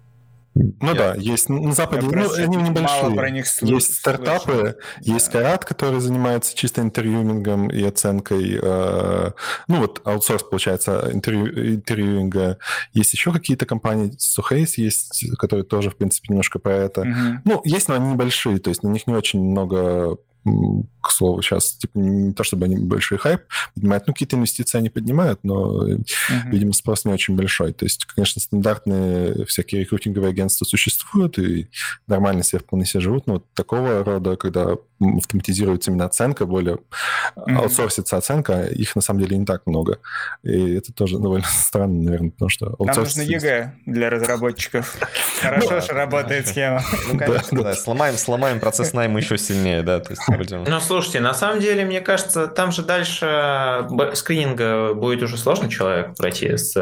Ну я... да, есть на Западе, ну, они небольшие. Про них слыш... Есть стартапы, слышал. Есть да. Карат, который занимается чисто интервьюингом и оценкой. Э, ну вот аутсорс, получается, интервью, интервьюинга. Есть еще какие-то компании, Suhays есть, которые тоже, в принципе, немножко про это. Угу. Ну, есть, но они небольшие, то есть на них не очень много... К слову, сейчас, типа, не то чтобы они большой хайп поднимают, ну, какие-то инвестиции они поднимают, но, uh-huh. видимо, спрос не очень большой. То есть, конечно, стандартные всякие рекрутинговые агентства существуют, и нормально себе вполне себе живут, но вот такого рода, когда автоматизируется именно оценка, более uh-huh. аутсорсится оценка, их на самом деле не так много. И это тоже довольно странно, наверное, потому что... Нам нужно ЕГЭ для разработчиков. Хорошо же работает схема. Ну, конечно, да. Сломаем процесс найма еще сильнее, да, то есть будем... Ну, слушайте, на самом деле, мне кажется, там же дальше скрининга будет уже сложно человек пройти с...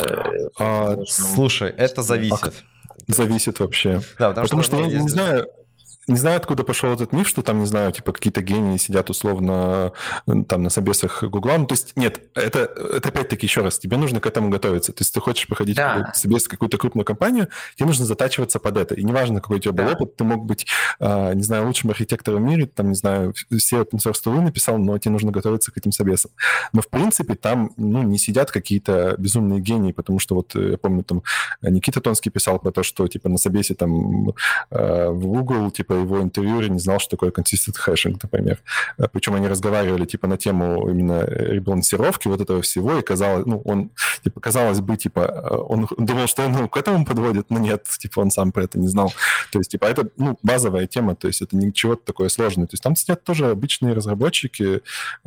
А, слушай, это зависит. Зависит вообще. Да, потому, потому что, что я не знаю... Не знаю, откуда пошел этот миф, что там, не знаю, типа какие-то гении сидят условно там на собесах Гугла. Ну, то есть, нет, это, это опять-таки еще раз, тебе нужно к этому готовиться. То есть, ты хочешь проходить да. собес какую-то крупную компанию, тебе нужно затачиваться под это. И неважно, какой у тебя был да. опыт, ты мог быть, не знаю, лучшим архитектором в мире, там, не знаю, все open source тулы написал, но тебе нужно готовиться к этим собесам. Но, в принципе, там, ну, не сидят какие-то безумные гении, потому что вот, я помню, там, Никита Тонский писал про то, что, типа, на собесе там в Google, типа, его интервьюер не знал, что такое consistent hashing, например. Причем они разговаривали типа на тему именно ребалансировки вот этого всего, и казалось, ну, он, типа, казалось бы, типа, он думал, что он ну, к этому подводит, но нет, типа, он сам про это не знал. То есть, типа, это, ну, базовая тема, то есть это ничего такое сложное. То есть там сидят тоже обычные разработчики,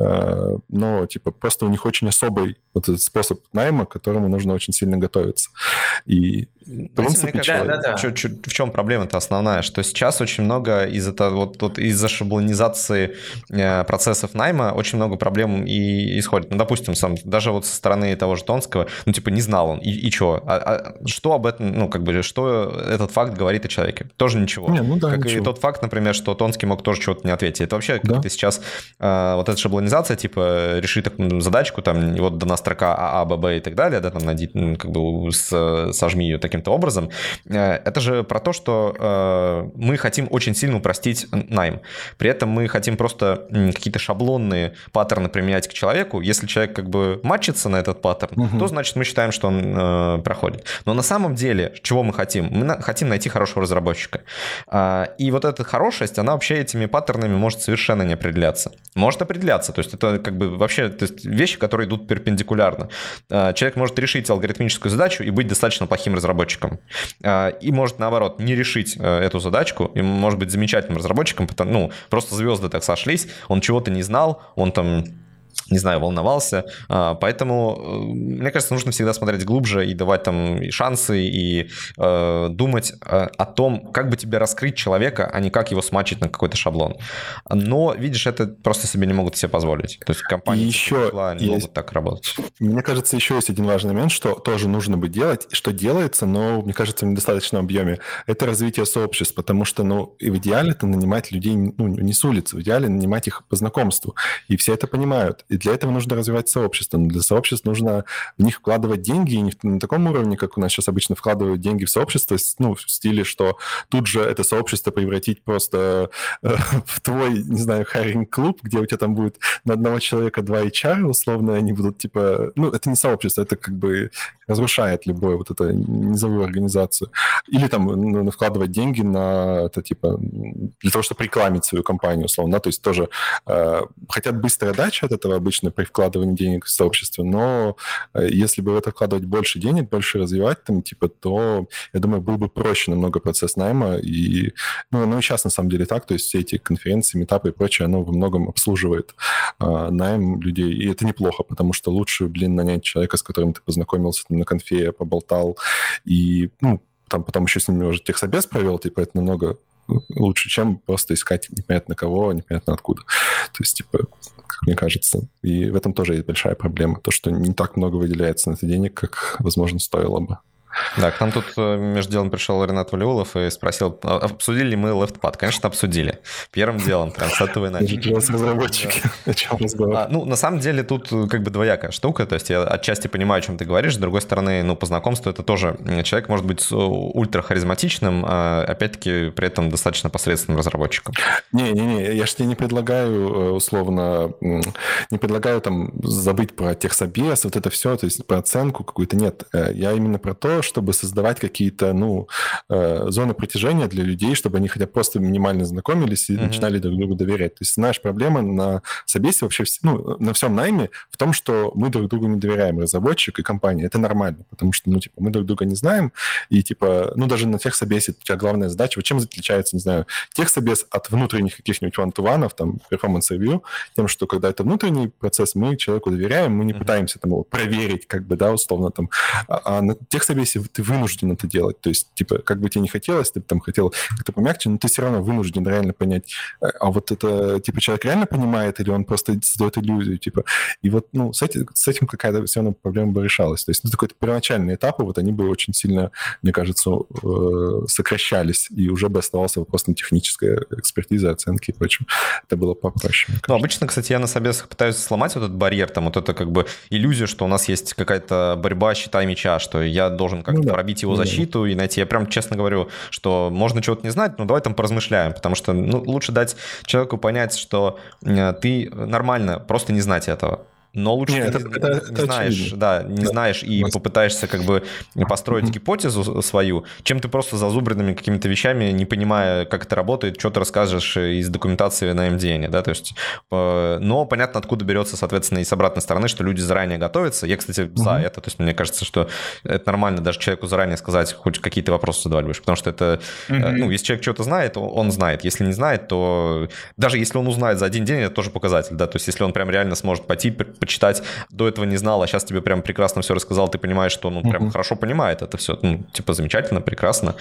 но, типа, просто у них очень особый вот этот способ найма, к которому нужно очень сильно готовиться. И в принципе, да, да, да. Чё, чё, в чем проблема-то основная? Что сейчас очень много из-за вот, вот, из-за шаблонизации э, процессов найма очень много проблем и исходит. Ну, допустим, сам, даже вот со стороны того же Тонского, ну, типа, не знал он, и, и что? А, а, что об этом, ну, как бы, что этот факт говорит о человеке? Тоже ничего. Не, ну, да, как ничего. И тот факт, например, что Тонский мог тоже чего-то не ответить. Это вообще да. как-то сейчас э, вот эта шаблонизация, типа, реши такую задачку, там, вот дана строка А, А, Б, Б и так далее, да, там, найди, ну, как бы, с, сожми ее таким-то образом. Э, это же про то, что э, мы хотим очень очень сильно упростить найм. При этом мы хотим просто какие-то шаблонные паттерны применять к человеку. Если человек как бы матчится на этот паттерн, uh-huh. то значит мы считаем, что он э, проходит. Но на самом деле, чего мы хотим? Мы на, хотим найти хорошего разработчика. А, и вот эта хорошесть, она вообще этими паттернами может совершенно не определяться. Может определяться. То есть это как бы вообще то есть вещи, которые идут перпендикулярно. А, человек может решить алгоритмическую задачу и быть достаточно плохим разработчиком. А, и может, наоборот, не решить а, эту задачку, и может быть замечательным разработчиком, потому, ну, просто звезды так сошлись, он чего-то не знал, он там... не знаю, волновался. Поэтому, мне кажется, нужно всегда смотреть глубже и давать там и шансы, и э, думать о том, как бы тебе раскрыть человека, а не как его смачить на какой-то шаблон. Но, видишь, это просто себе не могут себе позволить. То есть компании еще не есть... могут так работать. Мне кажется, еще есть один важный момент, что тоже нужно бы делать, что делается, но, мне кажется, в недостаточном объеме. Это развитие сообществ, потому что, ну, и в идеале это нанимать людей, ну, не с улицы, в идеале нанимать их по знакомству. И все это понимают. И для этого нужно развивать сообщество. Но для сообществ нужно в них вкладывать деньги, и не на таком уровне, как у нас сейчас обычно вкладывают деньги в сообщество, ну, в стиле, что тут же это сообщество превратить просто э, в твой, не знаю, хайринг-клуб, где у тебя там будет на одного человека два эйч ар, условно, они будут типа... Ну, это не сообщество, это как бы разрушает любое вот это низовую организацию. Или там ну, вкладывать деньги на это, типа, для того, чтобы рекламить свою компанию, условно, да, то есть тоже э, хотят быстрой отдачи от этого обычно при вкладывании денег в сообщество, но э, если бы в это вкладывать больше денег, больше развивать там, типа, то, я думаю, был бы проще намного процесс найма, и, ну, ну и сейчас на самом деле так, то есть все эти конференции, митапы и прочее, оно во многом обслуживает э, найм людей, и это неплохо, потому что лучше, блин, нанять человека, с которым ты познакомился там, на конфе, поболтал, и, ну, там потом еще с ними уже техсобес провел, типа, это намного лучше, чем просто искать непонятно кого, непонятно откуда. То есть, типа, как мне кажется. И в этом тоже есть большая проблема. То, что не так много выделяется на это денег, как, возможно, стоило бы. Да, к нам тут между делом пришел Ренат Валиулов и спросил, обсудили ли мы LeftPad? Конечно, обсудили. Первым делом, прям с этого и начали. Разработчики. О чем разговор? А, ну, на самом деле, тут как бы двоякая штука. То есть я отчасти понимаю, о чем ты говоришь. С другой стороны, ну, по знакомству это тоже... Человек может быть ультрахаризматичным, а опять-таки при этом достаточно посредственным разработчиком. Не-не-не, я же тебе не предлагаю, условно, не предлагаю там забыть про техсобес, вот это все, то есть про оценку какую-то. Нет, я именно про то, чтобы создавать какие-то, ну, э, зоны притяжения для людей, чтобы они хотя бы просто минимально знакомились и mm-hmm. начинали друг другу доверять. То есть наша проблема на собесе вообще, ну, на всем найме в том, что мы друг другу не доверяем, разработчик и компания. Это нормально, потому что, ну, типа, мы друг друга не знаем, и, типа, ну, даже на техсобесе у тебя главная задача, вот чем отличается, не знаю, техсобес от внутренних каких-нибудь one-to-one, там, перформанс-ревью, тем, что когда это внутренний процесс, мы человеку доверяем, мы не mm-hmm. пытаемся там его проверить, как бы, да, условно, там, а, а на техсобесе ты вынужден это делать. То есть, типа, как бы тебе не хотелось, ты там хотел как-то помягче, но ты все равно вынужден реально понять, а вот это, типа, человек реально понимает, или он просто создает иллюзию, типа. И вот, ну, с этим, с этим какая-то все равно проблема бы решалась. То есть, ну, такой первоначальный этап, вот они бы очень сильно, мне кажется, сокращались, и уже бы оставался вопрос на технической экспертизе, оценки и прочем. Это было попроще. Ну, обычно, кстати, я на собесах пытаюсь сломать вот этот барьер, там, вот это как бы иллюзию, что у нас есть какая-то борьба щита и меча, что я должен как-то ну, да. пробить его защиту и найти. Я прям честно говорю, что можно чего-то не знать, но давай там поразмышляем, потому что ну, лучше дать человеку понять, что ты нормально просто не знать этого. Но лучше Нет, ты это, не, это, не это знаешь, очевидно. да, не да. знаешь и Вас... попытаешься как бы построить mm-hmm. гипотезу свою, чем ты просто зазубренными какими-то вещами, не понимая, как это работает, что ты расскажешь из документации на эм ди эн, да, то есть, но понятно, откуда берется, соответственно, и с обратной стороны, что люди заранее готовятся. Я, кстати, mm-hmm. за это, то есть мне кажется, что это нормально даже человеку заранее сказать, хоть какие-то вопросы задавать будешь, потому что это, mm-hmm. ну, если человек что-то знает, он знает, если не знает, то даже если он узнает за один день, это тоже показатель, да, то есть если он прям реально сможет пойти, почитать, до этого не знал, а сейчас тебе прям прекрасно все рассказал, ты понимаешь, что он ну, прям uh-huh. хорошо понимает это все, ну, типа замечательно, прекрасно.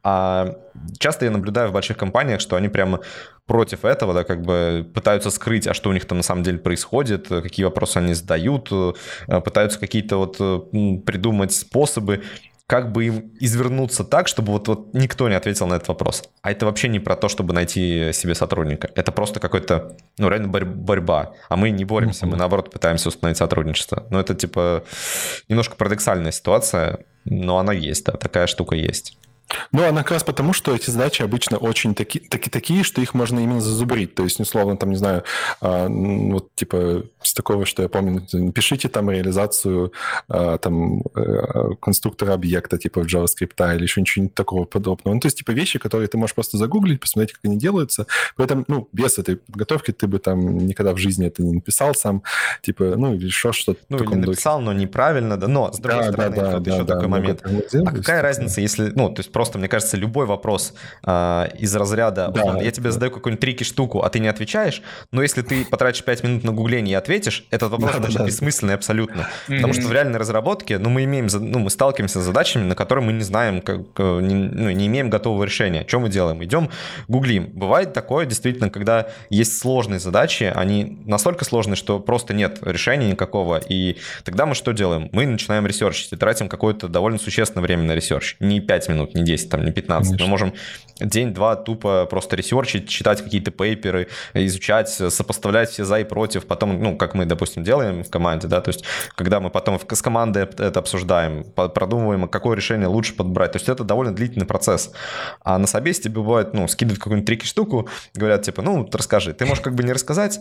А часто я наблюдаю в больших компаниях, что они прямо против этого, да, как бы пытаются скрыть, а что у них там на самом деле происходит, какие вопросы они задают, пытаются какие-то вот придумать способы, как бы им извернуться так, чтобы вот, вот никто не ответил на этот вопрос. А это вообще не про то, чтобы найти себе сотрудника. Это просто какой-то, ну, реально борь- борьба. А мы не боремся, mm-hmm. мы, наоборот, пытаемся установить сотрудничество. Ну, это, типа, немножко парадоксальная ситуация, но она есть, да, такая штука есть. Ну, она как раз потому, что эти задачи обычно очень таки, таки, такие, что их можно именно зазубрить. То есть, условно, там, не знаю, а, вот типа с такого, что я помню, пишите там реализацию а, там конструктора объекта типа в JavaScript или еще ничего такого подобного. Ну, то есть, типа вещи, которые ты можешь просто загуглить, посмотреть, как они делаются. Поэтому, ну, без этой подготовки ты бы там никогда в жизни это не написал сам, типа, ну, или еще что-то. Ну, или написал, но неправильно, да. Но, с другой да, стороны, да, тут да, еще да, такой да, момент. А какая разница, если, ну, то есть просто, мне кажется, любой вопрос а, из разряда, да, условно, я тебе задаю какую-нибудь трики штуку, а ты не отвечаешь, но если ты потратишь пять минут на гугление и ответишь, этот вопрос да, будет да, бессмысленный абсолютно. Mm-hmm. Потому что в реальной разработке, ну, мы имеем, ну, мы сталкиваемся с задачами, на которые мы не знаем, как, не, ну, не имеем готового решения. Что мы делаем? Идем гуглим. Бывает такое, действительно, когда есть сложные задачи, они настолько сложные, что просто нет решения никакого, и тогда мы что делаем? Мы начинаем ресерчить и тратим какое-то довольно существенное время на ресерч. Не пять минут, не десять, там, не пятнадцать. Конечно. Мы можем день-два тупо просто ресерчить, читать какие-то пейперы, изучать, сопоставлять все за и против. Потом, ну, как мы, допустим, делаем в команде, да, то есть когда мы потом с командой это обсуждаем, продумываем, какое решение лучше подбрать. То есть это довольно длительный процесс. А на собесе тебе бывает, ну, скидывают какую-нибудь трики штуку, говорят, типа, ну, расскажи. Ты можешь как бы не рассказать,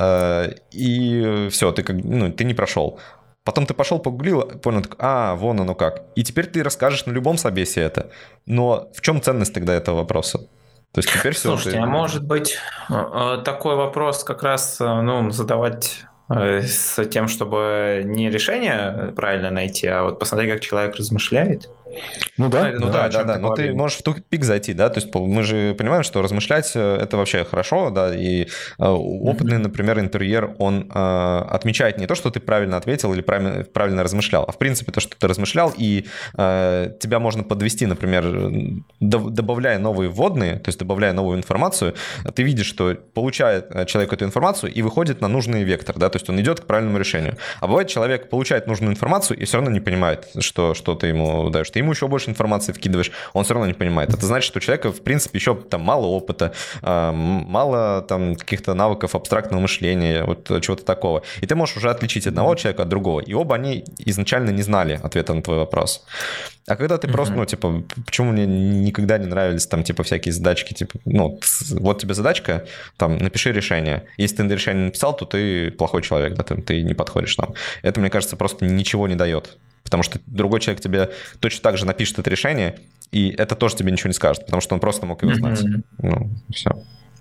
э, и все, ты, как, ну, ты не прошел. Потом ты пошел, погуглил, понял, так, а, вон оно как. И теперь ты расскажешь на любом собесе это. Но в чем ценность тогда этого вопроса? То есть теперь все. Слушайте, ты... а может быть такой вопрос как раз, ну, задавать с тем, чтобы не решение правильно найти, а вот посмотреть, как человек размышляет? Ну да, ну да, да, да. Но ты можешь в тупик зайти, да, то есть мы же понимаем, что размышлять это вообще хорошо, да, и опытный, например, интерьер, он отмечает не то, что ты правильно ответил или правильно, правильно размышлял, а в принципе то, что ты размышлял, и тебя можно подвести, например, добавляя новые вводные, то есть добавляя новую информацию, ты видишь, что получает человек эту информацию и выходит на нужный вектор, да, то есть он идет к правильному решению. А бывает, человек получает нужную информацию и все равно не понимает, что, что ты ему даешь. Ты ему еще больше информации вкидываешь, он все равно не понимает. Это значит, что у человека, в принципе, еще там мало опыта, мало там каких-то навыков абстрактного мышления, вот чего-то такого. И ты можешь уже отличить одного человека от другого. И оба они изначально не знали ответа на твой вопрос. А когда ты mm-hmm. просто, ну, типа, почему мне никогда не нравились там, типа, всякие задачки, типа, ну, вот тебе задачка, там, напиши решение. Если ты решение написал, то ты плохой человек, да, ты, ты не подходишь там. Это, мне кажется, просто ничего не дает. Потому что другой человек тебе точно так же напишет это решение, и это тоже тебе ничего не скажет, потому что он просто мог его знать. Mm-hmm. Ну, все.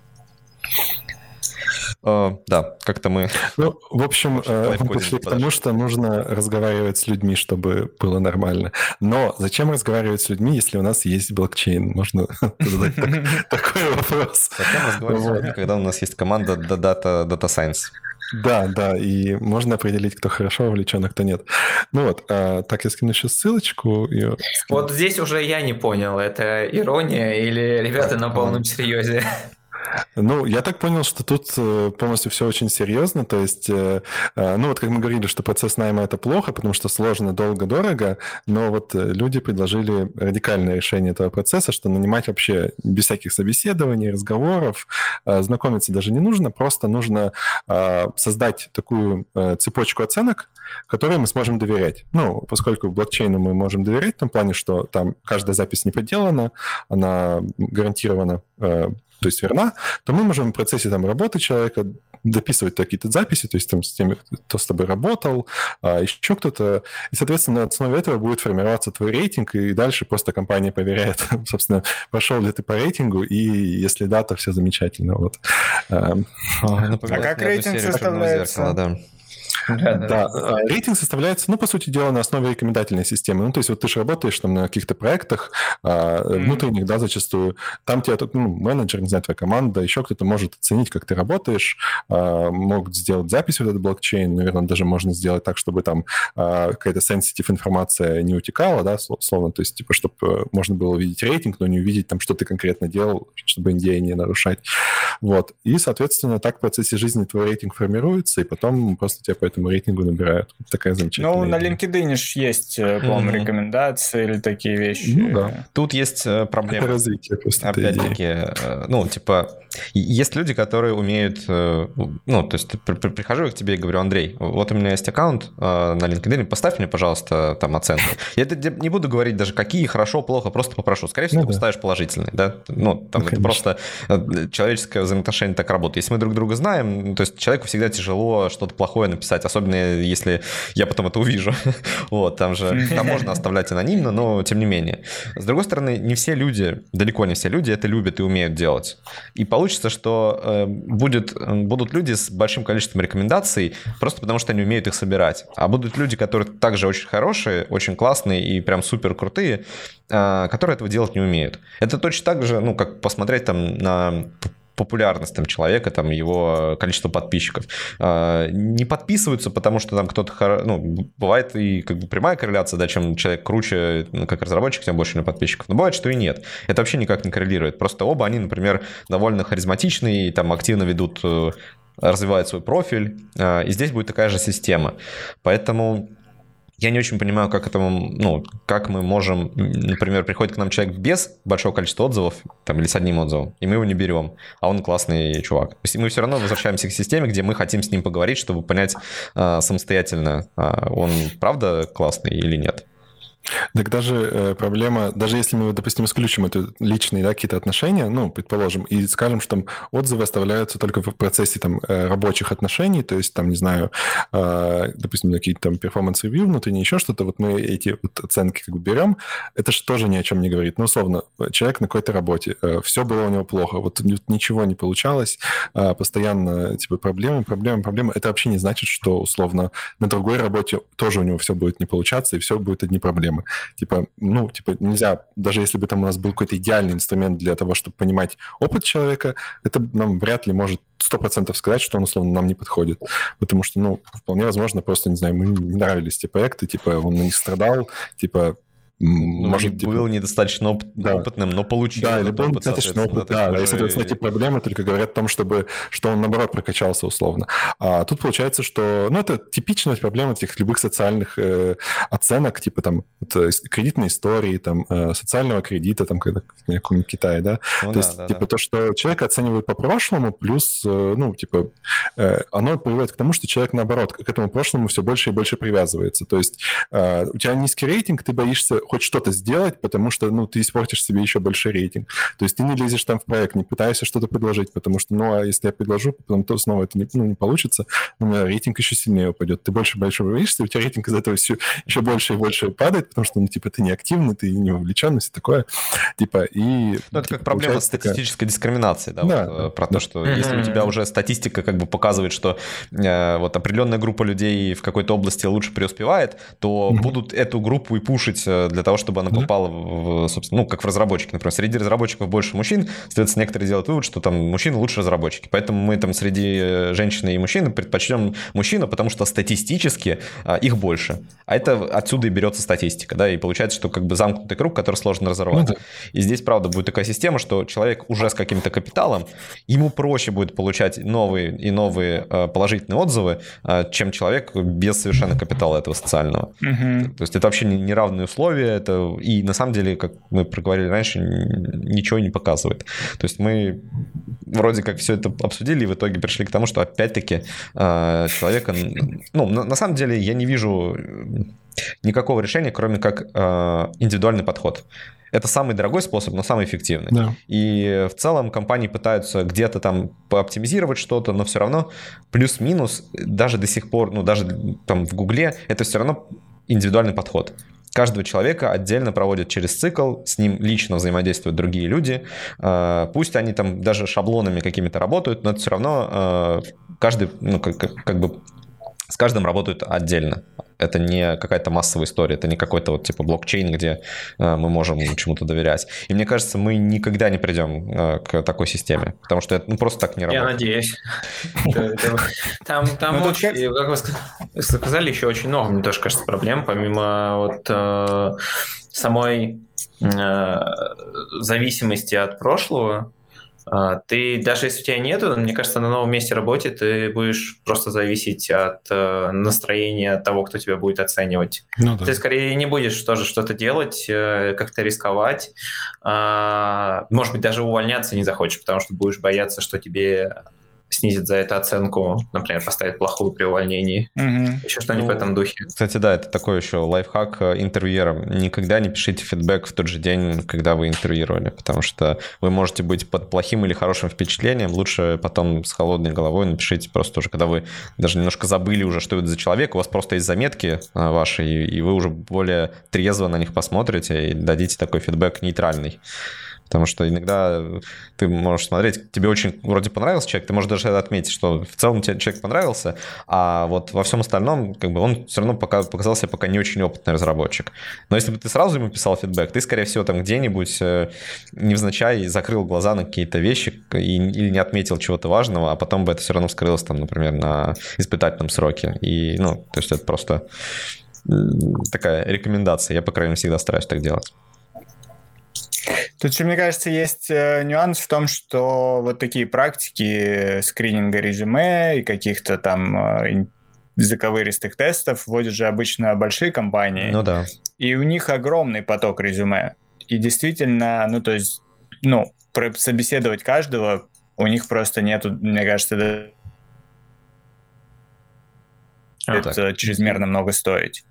Uh, да, как-то мы... Ну, в общем, мы пришли к тому, что нужно разговаривать с людьми, чтобы было нормально. Но зачем разговаривать с людьми, если у нас есть блокчейн? Можно задать такой вопрос. Зачем разговаривать с людьми, когда у нас есть команда Data Science? Да, да, и можно определить, кто хорошо вовлечен, а кто нет. Ну вот, а, так я скину сейчас ссылочку. Ее... Вот здесь уже я не понял, это ирония или ребята так, на полном серьезе? Ну, я так понял, что тут полностью все очень серьезно, то есть, ну вот как мы говорили, что процесс найма – это плохо, потому что сложно, долго, дорого, но вот люди предложили радикальное решение этого процесса, что нанимать вообще без всяких собеседований, разговоров, знакомиться даже не нужно, просто нужно создать такую цепочку оценок, которой мы сможем доверять. Ну, поскольку блокчейну мы можем доверять в том плане, что там каждая запись не подделана, она гарантирована, то есть верна, то мы можем в процессе там работы человека дописывать какие-то записи, то есть там с теми, кто с тобой работал, а еще кто-то. И, соответственно, на основе этого будет формироваться твой рейтинг, и дальше просто компания проверяет, собственно, прошел ли ты по рейтингу, и если да, то все замечательно. Вот. А, а как рейтинг составляется? Да. Да, да. да, рейтинг составляется, ну, по сути дела, на основе рекомендательной системы. Ну, то есть вот ты же работаешь там на каких-то проектах mm-hmm. внутренних, да, зачастую. Там тебя, ну, менеджер, не знаю, твоя команда, еще кто-то может оценить, как ты работаешь, могут сделать запись в этот блокчейн. Наверное, даже можно сделать так, чтобы там какая-то sensitive информация не утекала, да, условно, то есть, типа, чтобы можно было увидеть рейтинг, но не увидеть там, что ты конкретно делал, чтобы эн ди эй не нарушать. Вот. И, соответственно, так в процессе жизни твой рейтинг формируется, и потом просто тебя по этому этому рейтингу набирают. Такая замечательная Ну, на идея. LinkedIn ж есть, по-моему, Мгм. рекомендации или такие вещи. Ну да. Тут есть э, Это проблема. развитие просто этой идеи. Опять-таки, э, ну, типа, и- есть люди, которые умеют, э, ну, то есть при- при- прихожу я к тебе и говорю: Андрей, вот у меня есть аккаунт э, на LinkedIn, поставь мне, пожалуйста, там оценку. Я это де- не буду говорить даже какие, хорошо, плохо, просто попрошу. Скорее всего, Ну ты да. поставишь положительный, да? Ну, там Ну, это конечно. просто э, человеческое взаимоотношение так работает. Если мы друг друга знаем, то есть человеку всегда тяжело что-то плохое написать, особенно если я потом это увижу. Вот, там же, там можно оставлять анонимно, но тем не менее. С другой стороны, не все люди, далеко не все люди это любят и умеют делать. И получится, что э, будет, э, будут люди с большим количеством рекомендаций, просто потому что они умеют их собирать. А будут люди, которые также очень хорошие, очень классные и прям супер крутые, э, которые этого делать не умеют. Это точно так же, ну, как посмотреть там на популярность там, человека, там, его количество подписчиков. А, не подписываются, потому что там кто-то... хоро- Ну, бывает и как бы прямая корреляция, да, чем человек круче, ну, как разработчик, тем больше у него подписчиков. Но бывает, что и нет. Это вообще никак не коррелирует. Просто оба они, например, довольно харизматичные, и там активно ведут, э, развивают свой профиль, а, и здесь будет такая же система. Поэтому... Я не очень понимаю, как это, ну, как мы можем, например, приходит к нам человек без большого количества отзывов, там, или с одним отзывом, и мы его не берем, а он классный чувак. То есть мы все равно возвращаемся к системе, где мы хотим с ним поговорить, чтобы понять а, самостоятельно, а, он правда классный или нет. Так даже э, проблема, даже если мы, допустим, исключим это личные, да, какие-то отношения, ну, предположим, и скажем, что там отзывы оставляются только в процессе там э, рабочих отношений, то есть там, не знаю, э, допустим, какие-то там перформанс-ревью внутренние, еще что-то, вот мы эти вот оценки как бы берем, это же тоже ни о чем не говорит. Ну, условно, человек на какой-то работе, э, все было у него плохо, вот ничего не получалось, э, постоянно, типа, проблемы, проблемы, проблемы. Это вообще не значит, что, условно, на другой работе тоже у него все будет не получаться, и все будет одни проблемы. Типа, ну, типа, нельзя, даже если бы там у нас был какой-то идеальный инструмент для того, чтобы понимать опыт человека, это нам вряд ли может сто процентов сказать, что он, условно, нам не подходит. Потому что, ну, вполне возможно, просто, не знаю, мы не нравились те проекты, типа, он на них страдал, типа, может, типа... был недостаточно оп- да. опытным, но получил да, или был опыт, недостаточно опыт, да, да, и, соответственно, эти проблемы только говорят о том, чтобы, что он, наоборот, прокачался условно. А тут получается, что, ну, это типичная проблема этих любых социальных э, оценок, типа, там, вот, кредитной истории, там, э, социального кредита, там, когда в каком-нибудь Китае, да, ну, то да, есть, да, типа, да. то, что человека оценивают по прошлому, плюс, э, ну, типа, э, оно приводит к тому, что человек, наоборот, к этому прошлому все больше и больше привязывается, то есть э, у тебя низкий рейтинг, ты боишься хоть что-то сделать, потому что, ну, ты испортишь себе еще больше рейтинг. То есть ты не лезешь там в проект, не пытаешься что-то предложить, потому что, ну, а если я предложу, потом то снова это не, ну, не получится, у меня рейтинг еще сильнее упадет. Ты больше и больше боишься, и у тебя рейтинг из этого все, еще больше и больше падает, потому что, ну, типа, ты не активный, ты не вовлеченный, все такое. Типа, и... Ну, это типа, как проблема статистической такая... дискриминации, да, да, вот, да про да. то, что mm-hmm. если у тебя уже статистика как бы показывает, что э, вот определенная группа людей в какой-то области лучше преуспевает, то mm-hmm. будут эту группу и пушить для того, чтобы она попала в, собственно, ну, как в разработчики, например. Среди разработчиков больше мужчин, соответственно, некоторые делают вывод, что там мужчины лучше разработчики. Поэтому мы там среди женщин и мужчин предпочтем мужчину, потому что статистически а, их больше. А это отсюда и берется статистика, да, и получается, что как бы замкнутый круг, который сложно разорвать. Ну, да. И здесь, правда, будет такая система, что человек уже с каким-то капиталом, ему проще будет получать новые и новые а, положительные отзывы, а, чем человек без совершенно капитала этого социального. Угу. То есть это вообще неравные условия, это и на самом деле, как мы проговорили раньше, ничего не показывает. То есть мы вроде как все это обсудили и в итоге пришли к тому, что опять-таки человека... Ну, на, на самом деле я не вижу никакого решения, кроме как индивидуальный подход. Это самый дорогой способ, но самый эффективный. Да. И в целом компании пытаются где-то там пооптимизировать что-то, но все равно плюс-минус даже до сих пор, ну даже там в Гугле, это все равно индивидуальный подход. Каждого человека отдельно проводят через цикл, с ним лично взаимодействуют другие люди. Пусть они там даже шаблонами какими-то работают, но это все равно каждый, ну, как, как бы с каждым работают отдельно. Это не какая-то массовая история, это не какой-то вот типа блокчейн, где мы можем чему-то доверять. И мне кажется, мы никогда не придем к такой системе, потому что это ну, просто так не работает. Я надеюсь. Там, там очень, как вы сказали, еще очень много, мне тоже кажется, проблем, помимо вот самой зависимости от прошлого. ты, даже если у тебя нету, мне кажется, на новом месте работы ты будешь просто зависеть от э, настроения того, кто тебя будет оценивать. Ну, да. Ты скорее не будешь тоже что-то делать, э, как-то рисковать, э, может быть, даже увольняться не захочешь, потому что будешь бояться, что тебе снизит за это оценку, например, поставить плохую при увольнении. Угу. Еще что-нибудь ну, в этом духе. Кстати, да, это такой еще лайфхак интервьюерам. Никогда не пишите фидбэк в тот же день, когда вы интервьюировали, потому что вы можете быть под плохим или хорошим впечатлением. Лучше потом с холодной головой напишите просто уже, когда вы даже немножко забыли уже, что это за человек, у вас просто есть заметки ваши, и вы уже более трезво на них посмотрите и дадите такой фидбэк нейтральный. Потому что иногда ты можешь смотреть, тебе очень вроде понравился человек, ты можешь даже отметить, что в целом тебе человек понравился, а вот во всем остальном как бы он все равно пока, показался пока не очень опытный разработчик. Но если бы ты сразу ему писал фидбэк, ты, скорее всего, там где-нибудь невзначай закрыл глаза на какие-то вещи и, или не отметил чего-то важного, а потом бы это все равно вскрылось, там, например, на испытательном сроке. И, ну, то есть это просто такая рекомендация. Я, по крайней мере, всегда стараюсь так делать. Тут же, мне кажется, есть нюанс в том, что вот такие практики скрининга резюме и каких-то там заковыристых тестов вводят же обычно большие компании. Ну да. И у них огромный поток резюме. И действительно, ну то есть, ну, собеседовать каждого у них просто нету, мне кажется, это а, это так. чрезмерно много стоить.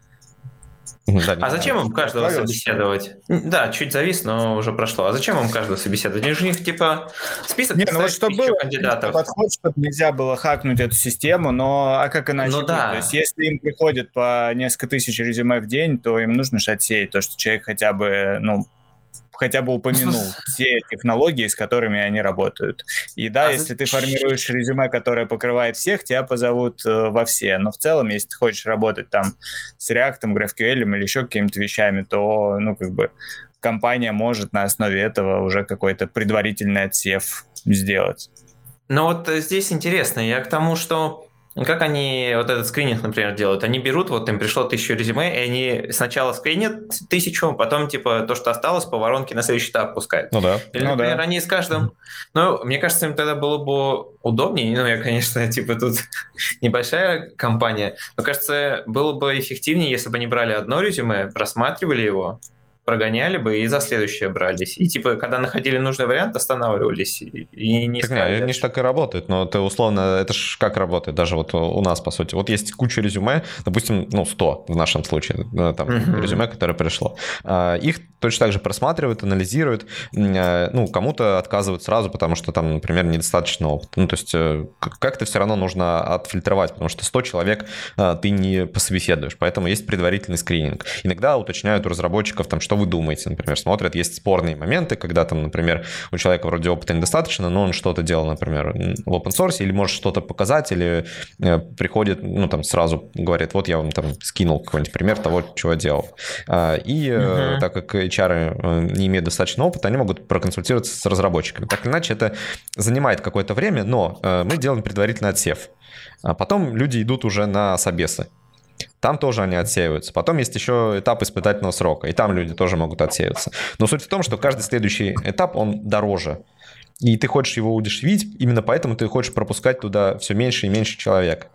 Да, а зачем им каждого собеседовать? Да, чуть завис, но уже прошло. А зачем им каждого собеседовать? У них типа список не, ну вот что было, кандидатов. Подход, чтобы нельзя было хакнуть эту систему, но а как иначе? Ну, да. То есть если им приходит по несколько тысяч резюме в день, то им нужно же отсеять то, что человек хотя бы, ну, хотя бы упомянул все технологии, с которыми они работают. И да, а если ты формируешь резюме, которое покрывает всех, тебя позовут э, во все. Но в целом, если ты хочешь работать там с React, GraphQL или еще какими-то вещами, то, ну, как бы компания может на основе этого уже какой-то предварительный отсев сделать. Ну вот здесь интересно. Я к тому, что как они вот этот скрининг, например, делают? Они берут, вот им пришло тысячу резюме, и они сначала скринят тысячу, потом, типа, то, что осталось, по воронке на следующий этап пускают. Ну да. Или, ну, например, да. они с каждым... Ну, мне кажется, им тогда было бы удобнее. Ну, я, конечно, типа, тут небольшая компания, но, кажется, было бы эффективнее, если бы они брали одно резюме, просматривали его, прогоняли бы и за следующее брались. И типа, когда находили нужный вариант, останавливались. И, и не так не, они же так и работают, но это условно, это ж как работает, даже вот у нас, по сути. Вот есть куча резюме, допустим, ну, сто в нашем случае, там, uh-huh. резюме, которое пришло. Их точно так же просматривают, анализируют. Ну, кому-то отказывают сразу, потому что там, например, недостаточно опыта. Ну, то есть как-то все равно нужно отфильтровать, потому что сто человек ты не пособеседуешь, поэтому есть предварительный скрининг. Иногда уточняют у разработчиков, там, что вы думаете, например, смотрят, есть спорные моменты, когда там, например, у человека вроде опыта недостаточно, но он что-то делал, например, в open source, или может что-то показать, или э, приходит, ну, там, сразу говорит, вот я вам там скинул какой-нибудь пример того, чего я делал. А, и э, uh-huh. так как эйч ар не имеют достаточно опыта, они могут проконсультироваться с разработчиками. Так или иначе, это занимает какое-то время, но э, мы делаем предварительный отсев. А потом люди идут уже на собесы. Там тоже они отсеиваются. Потом есть еще этап испытательного срока, и там люди тоже могут отсеиваться. Но суть в том, что каждый следующий этап, он дороже. И ты хочешь его удешевить, именно поэтому ты хочешь пропускать туда все меньше и меньше человек.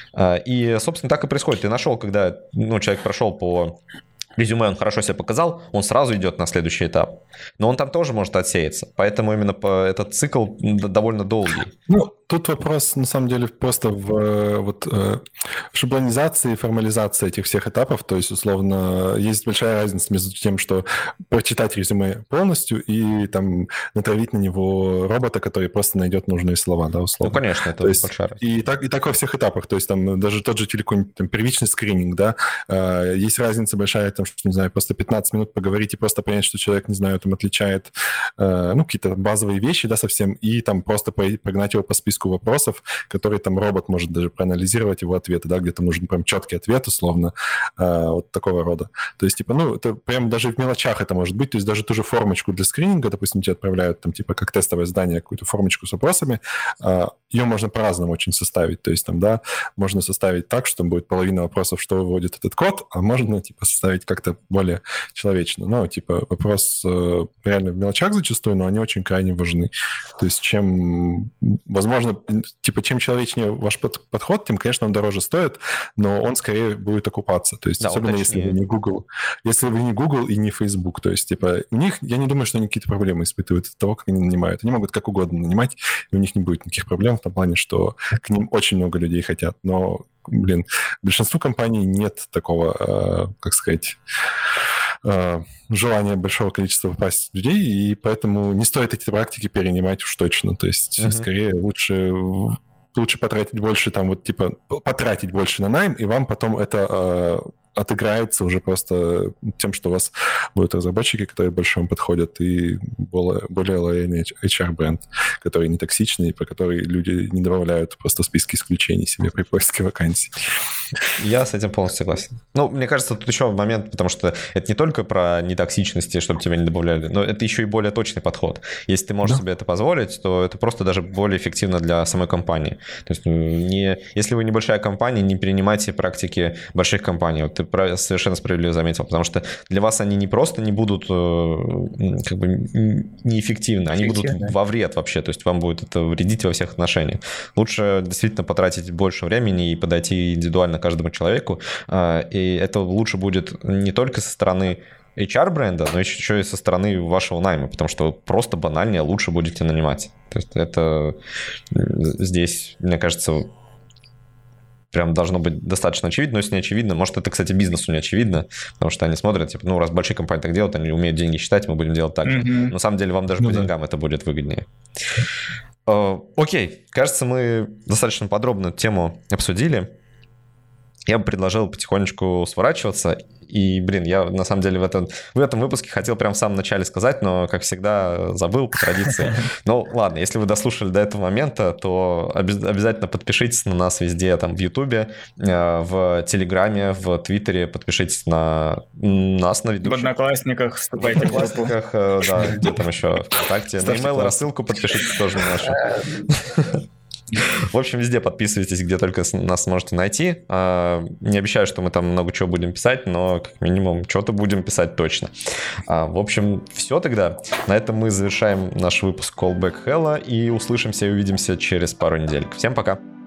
И, собственно, так и происходит. Ты нашел, когда ну, человек прошел по резюме, он хорошо себя показал, он сразу идет на следующий этап. Но он там тоже может отсеяться. Поэтому именно по, этот цикл довольно долгий. Ну, тут вопрос, на самом деле, просто в вот, в шаблонизации и формализации этих всех этапов. То есть, условно, есть большая разница между тем, что прочитать резюме полностью и там натравить на него робота, который просто найдет нужные слова, да, условно. Ну, конечно, это есть, большая разница. И так, и так во всех этапах. То есть, там даже тот же телеком, там, первичный скрининг, да, есть разница большая, там, что, не знаю, просто пятнадцать минут поговорить и просто понять, что человек, не знаю, там отличает, ну, какие-то базовые вещи, да, совсем, и там просто прогнать его по списку вопросов, которые там робот может даже проанализировать его ответы, да, где-то нужен прям четкий ответ, условно, вот такого рода. То есть, типа, ну, это прям даже в мелочах это может быть, то есть даже ту же формочку для скрининга, допустим, тебе отправляют там, типа, как тестовое задание какую-то формочку с вопросами, ее можно по-разному очень составить, то есть там, да, можно составить так, что там будет половина вопросов, что выводит этот код, а можно, типа, составить как как-то более человечно. Ну, типа, вопрос э, реально в мелочах зачастую, но они очень крайне важны. То есть чем, возможно, типа, чем человечнее ваш под, подход, тем, конечно, он дороже стоит, но он скорее будет окупаться. То есть, да, особенно если вы не Google. Если вы не Google и не Facebook. То есть, типа, у них, я не думаю, что они какие-то проблемы испытывают от того, как они нанимают. Они могут как угодно нанимать, и у них не будет никаких проблем в том плане, что к ним очень много людей хотят. Но, блин, большинству компаний нет такого, э, как сказать, э, желания большого количества попасть людей, и поэтому не стоит эти практики перенимать уж точно. То есть, uh-huh. скорее лучше... лучше потратить больше, там, вот, типа, потратить больше на найм, и вам потом это э, отыграется уже просто тем, что у вас будут разработчики, которые больше вам подходят, и более, более лояльный эйч ар-бренд, который не токсичный, про который люди не добавляют просто списки исключений себе при поиске вакансий. Я с этим полностью согласен. Ну, мне кажется, тут еще момент, потому что это не только про нетоксичности, чтобы тебя не добавляли, но это еще и более точный подход. Если ты можешь да. себе это позволить, то это просто даже более эффективно для самой компании. То есть не, если вы небольшая компания, не перенимайте практики больших компаний. Вот ты совершенно справедливо заметил, потому что для вас они не просто не будут как бы неэффективны, они будут во вред вообще, то есть вам будет это вредить во всех отношениях. Лучше действительно потратить больше времени и подойти индивидуально каждому человеку, и это лучше будет не только со стороны эйч ар-бренда, но еще и со стороны вашего найма, потому что просто банальнее лучше будете нанимать. То есть это здесь, мне кажется, прям должно быть достаточно очевидно, но если не очевидно, может, это, кстати, бизнесу не очевидно, потому что они смотрят, типа, ну, раз большие компании так делают, они умеют деньги считать, мы будем делать так же. Mm-hmm. На самом деле, вам даже ну, по да. деньгам это будет выгоднее. Окей, кажется, мы достаточно подробно эту тему обсудили. Я бы предложил потихонечку сворачиваться. И, блин, я на самом деле в этом, в этом выпуске хотел прямо в самом начале сказать, но, как всегда, забыл по традиции. Ну, ладно, если вы дослушали до этого момента, то обязательно подпишитесь на нас везде, там, в Ютубе, в Телеграме, в Твиттере, подпишитесь на нас, на ведущих. В Одноклассниках вступайте в группу. Да, где там еще ВКонтакте. На email рассылку подпишитесь тоже на нашу. В общем, везде подписывайтесь, где только нас сможете найти. Не обещаю, что мы там много чего будем писать, но как минимум что-то будем писать точно. В общем, все тогда. На этом мы завершаем наш выпуск Callback Hell и услышимся и увидимся через пару недель. Всем пока!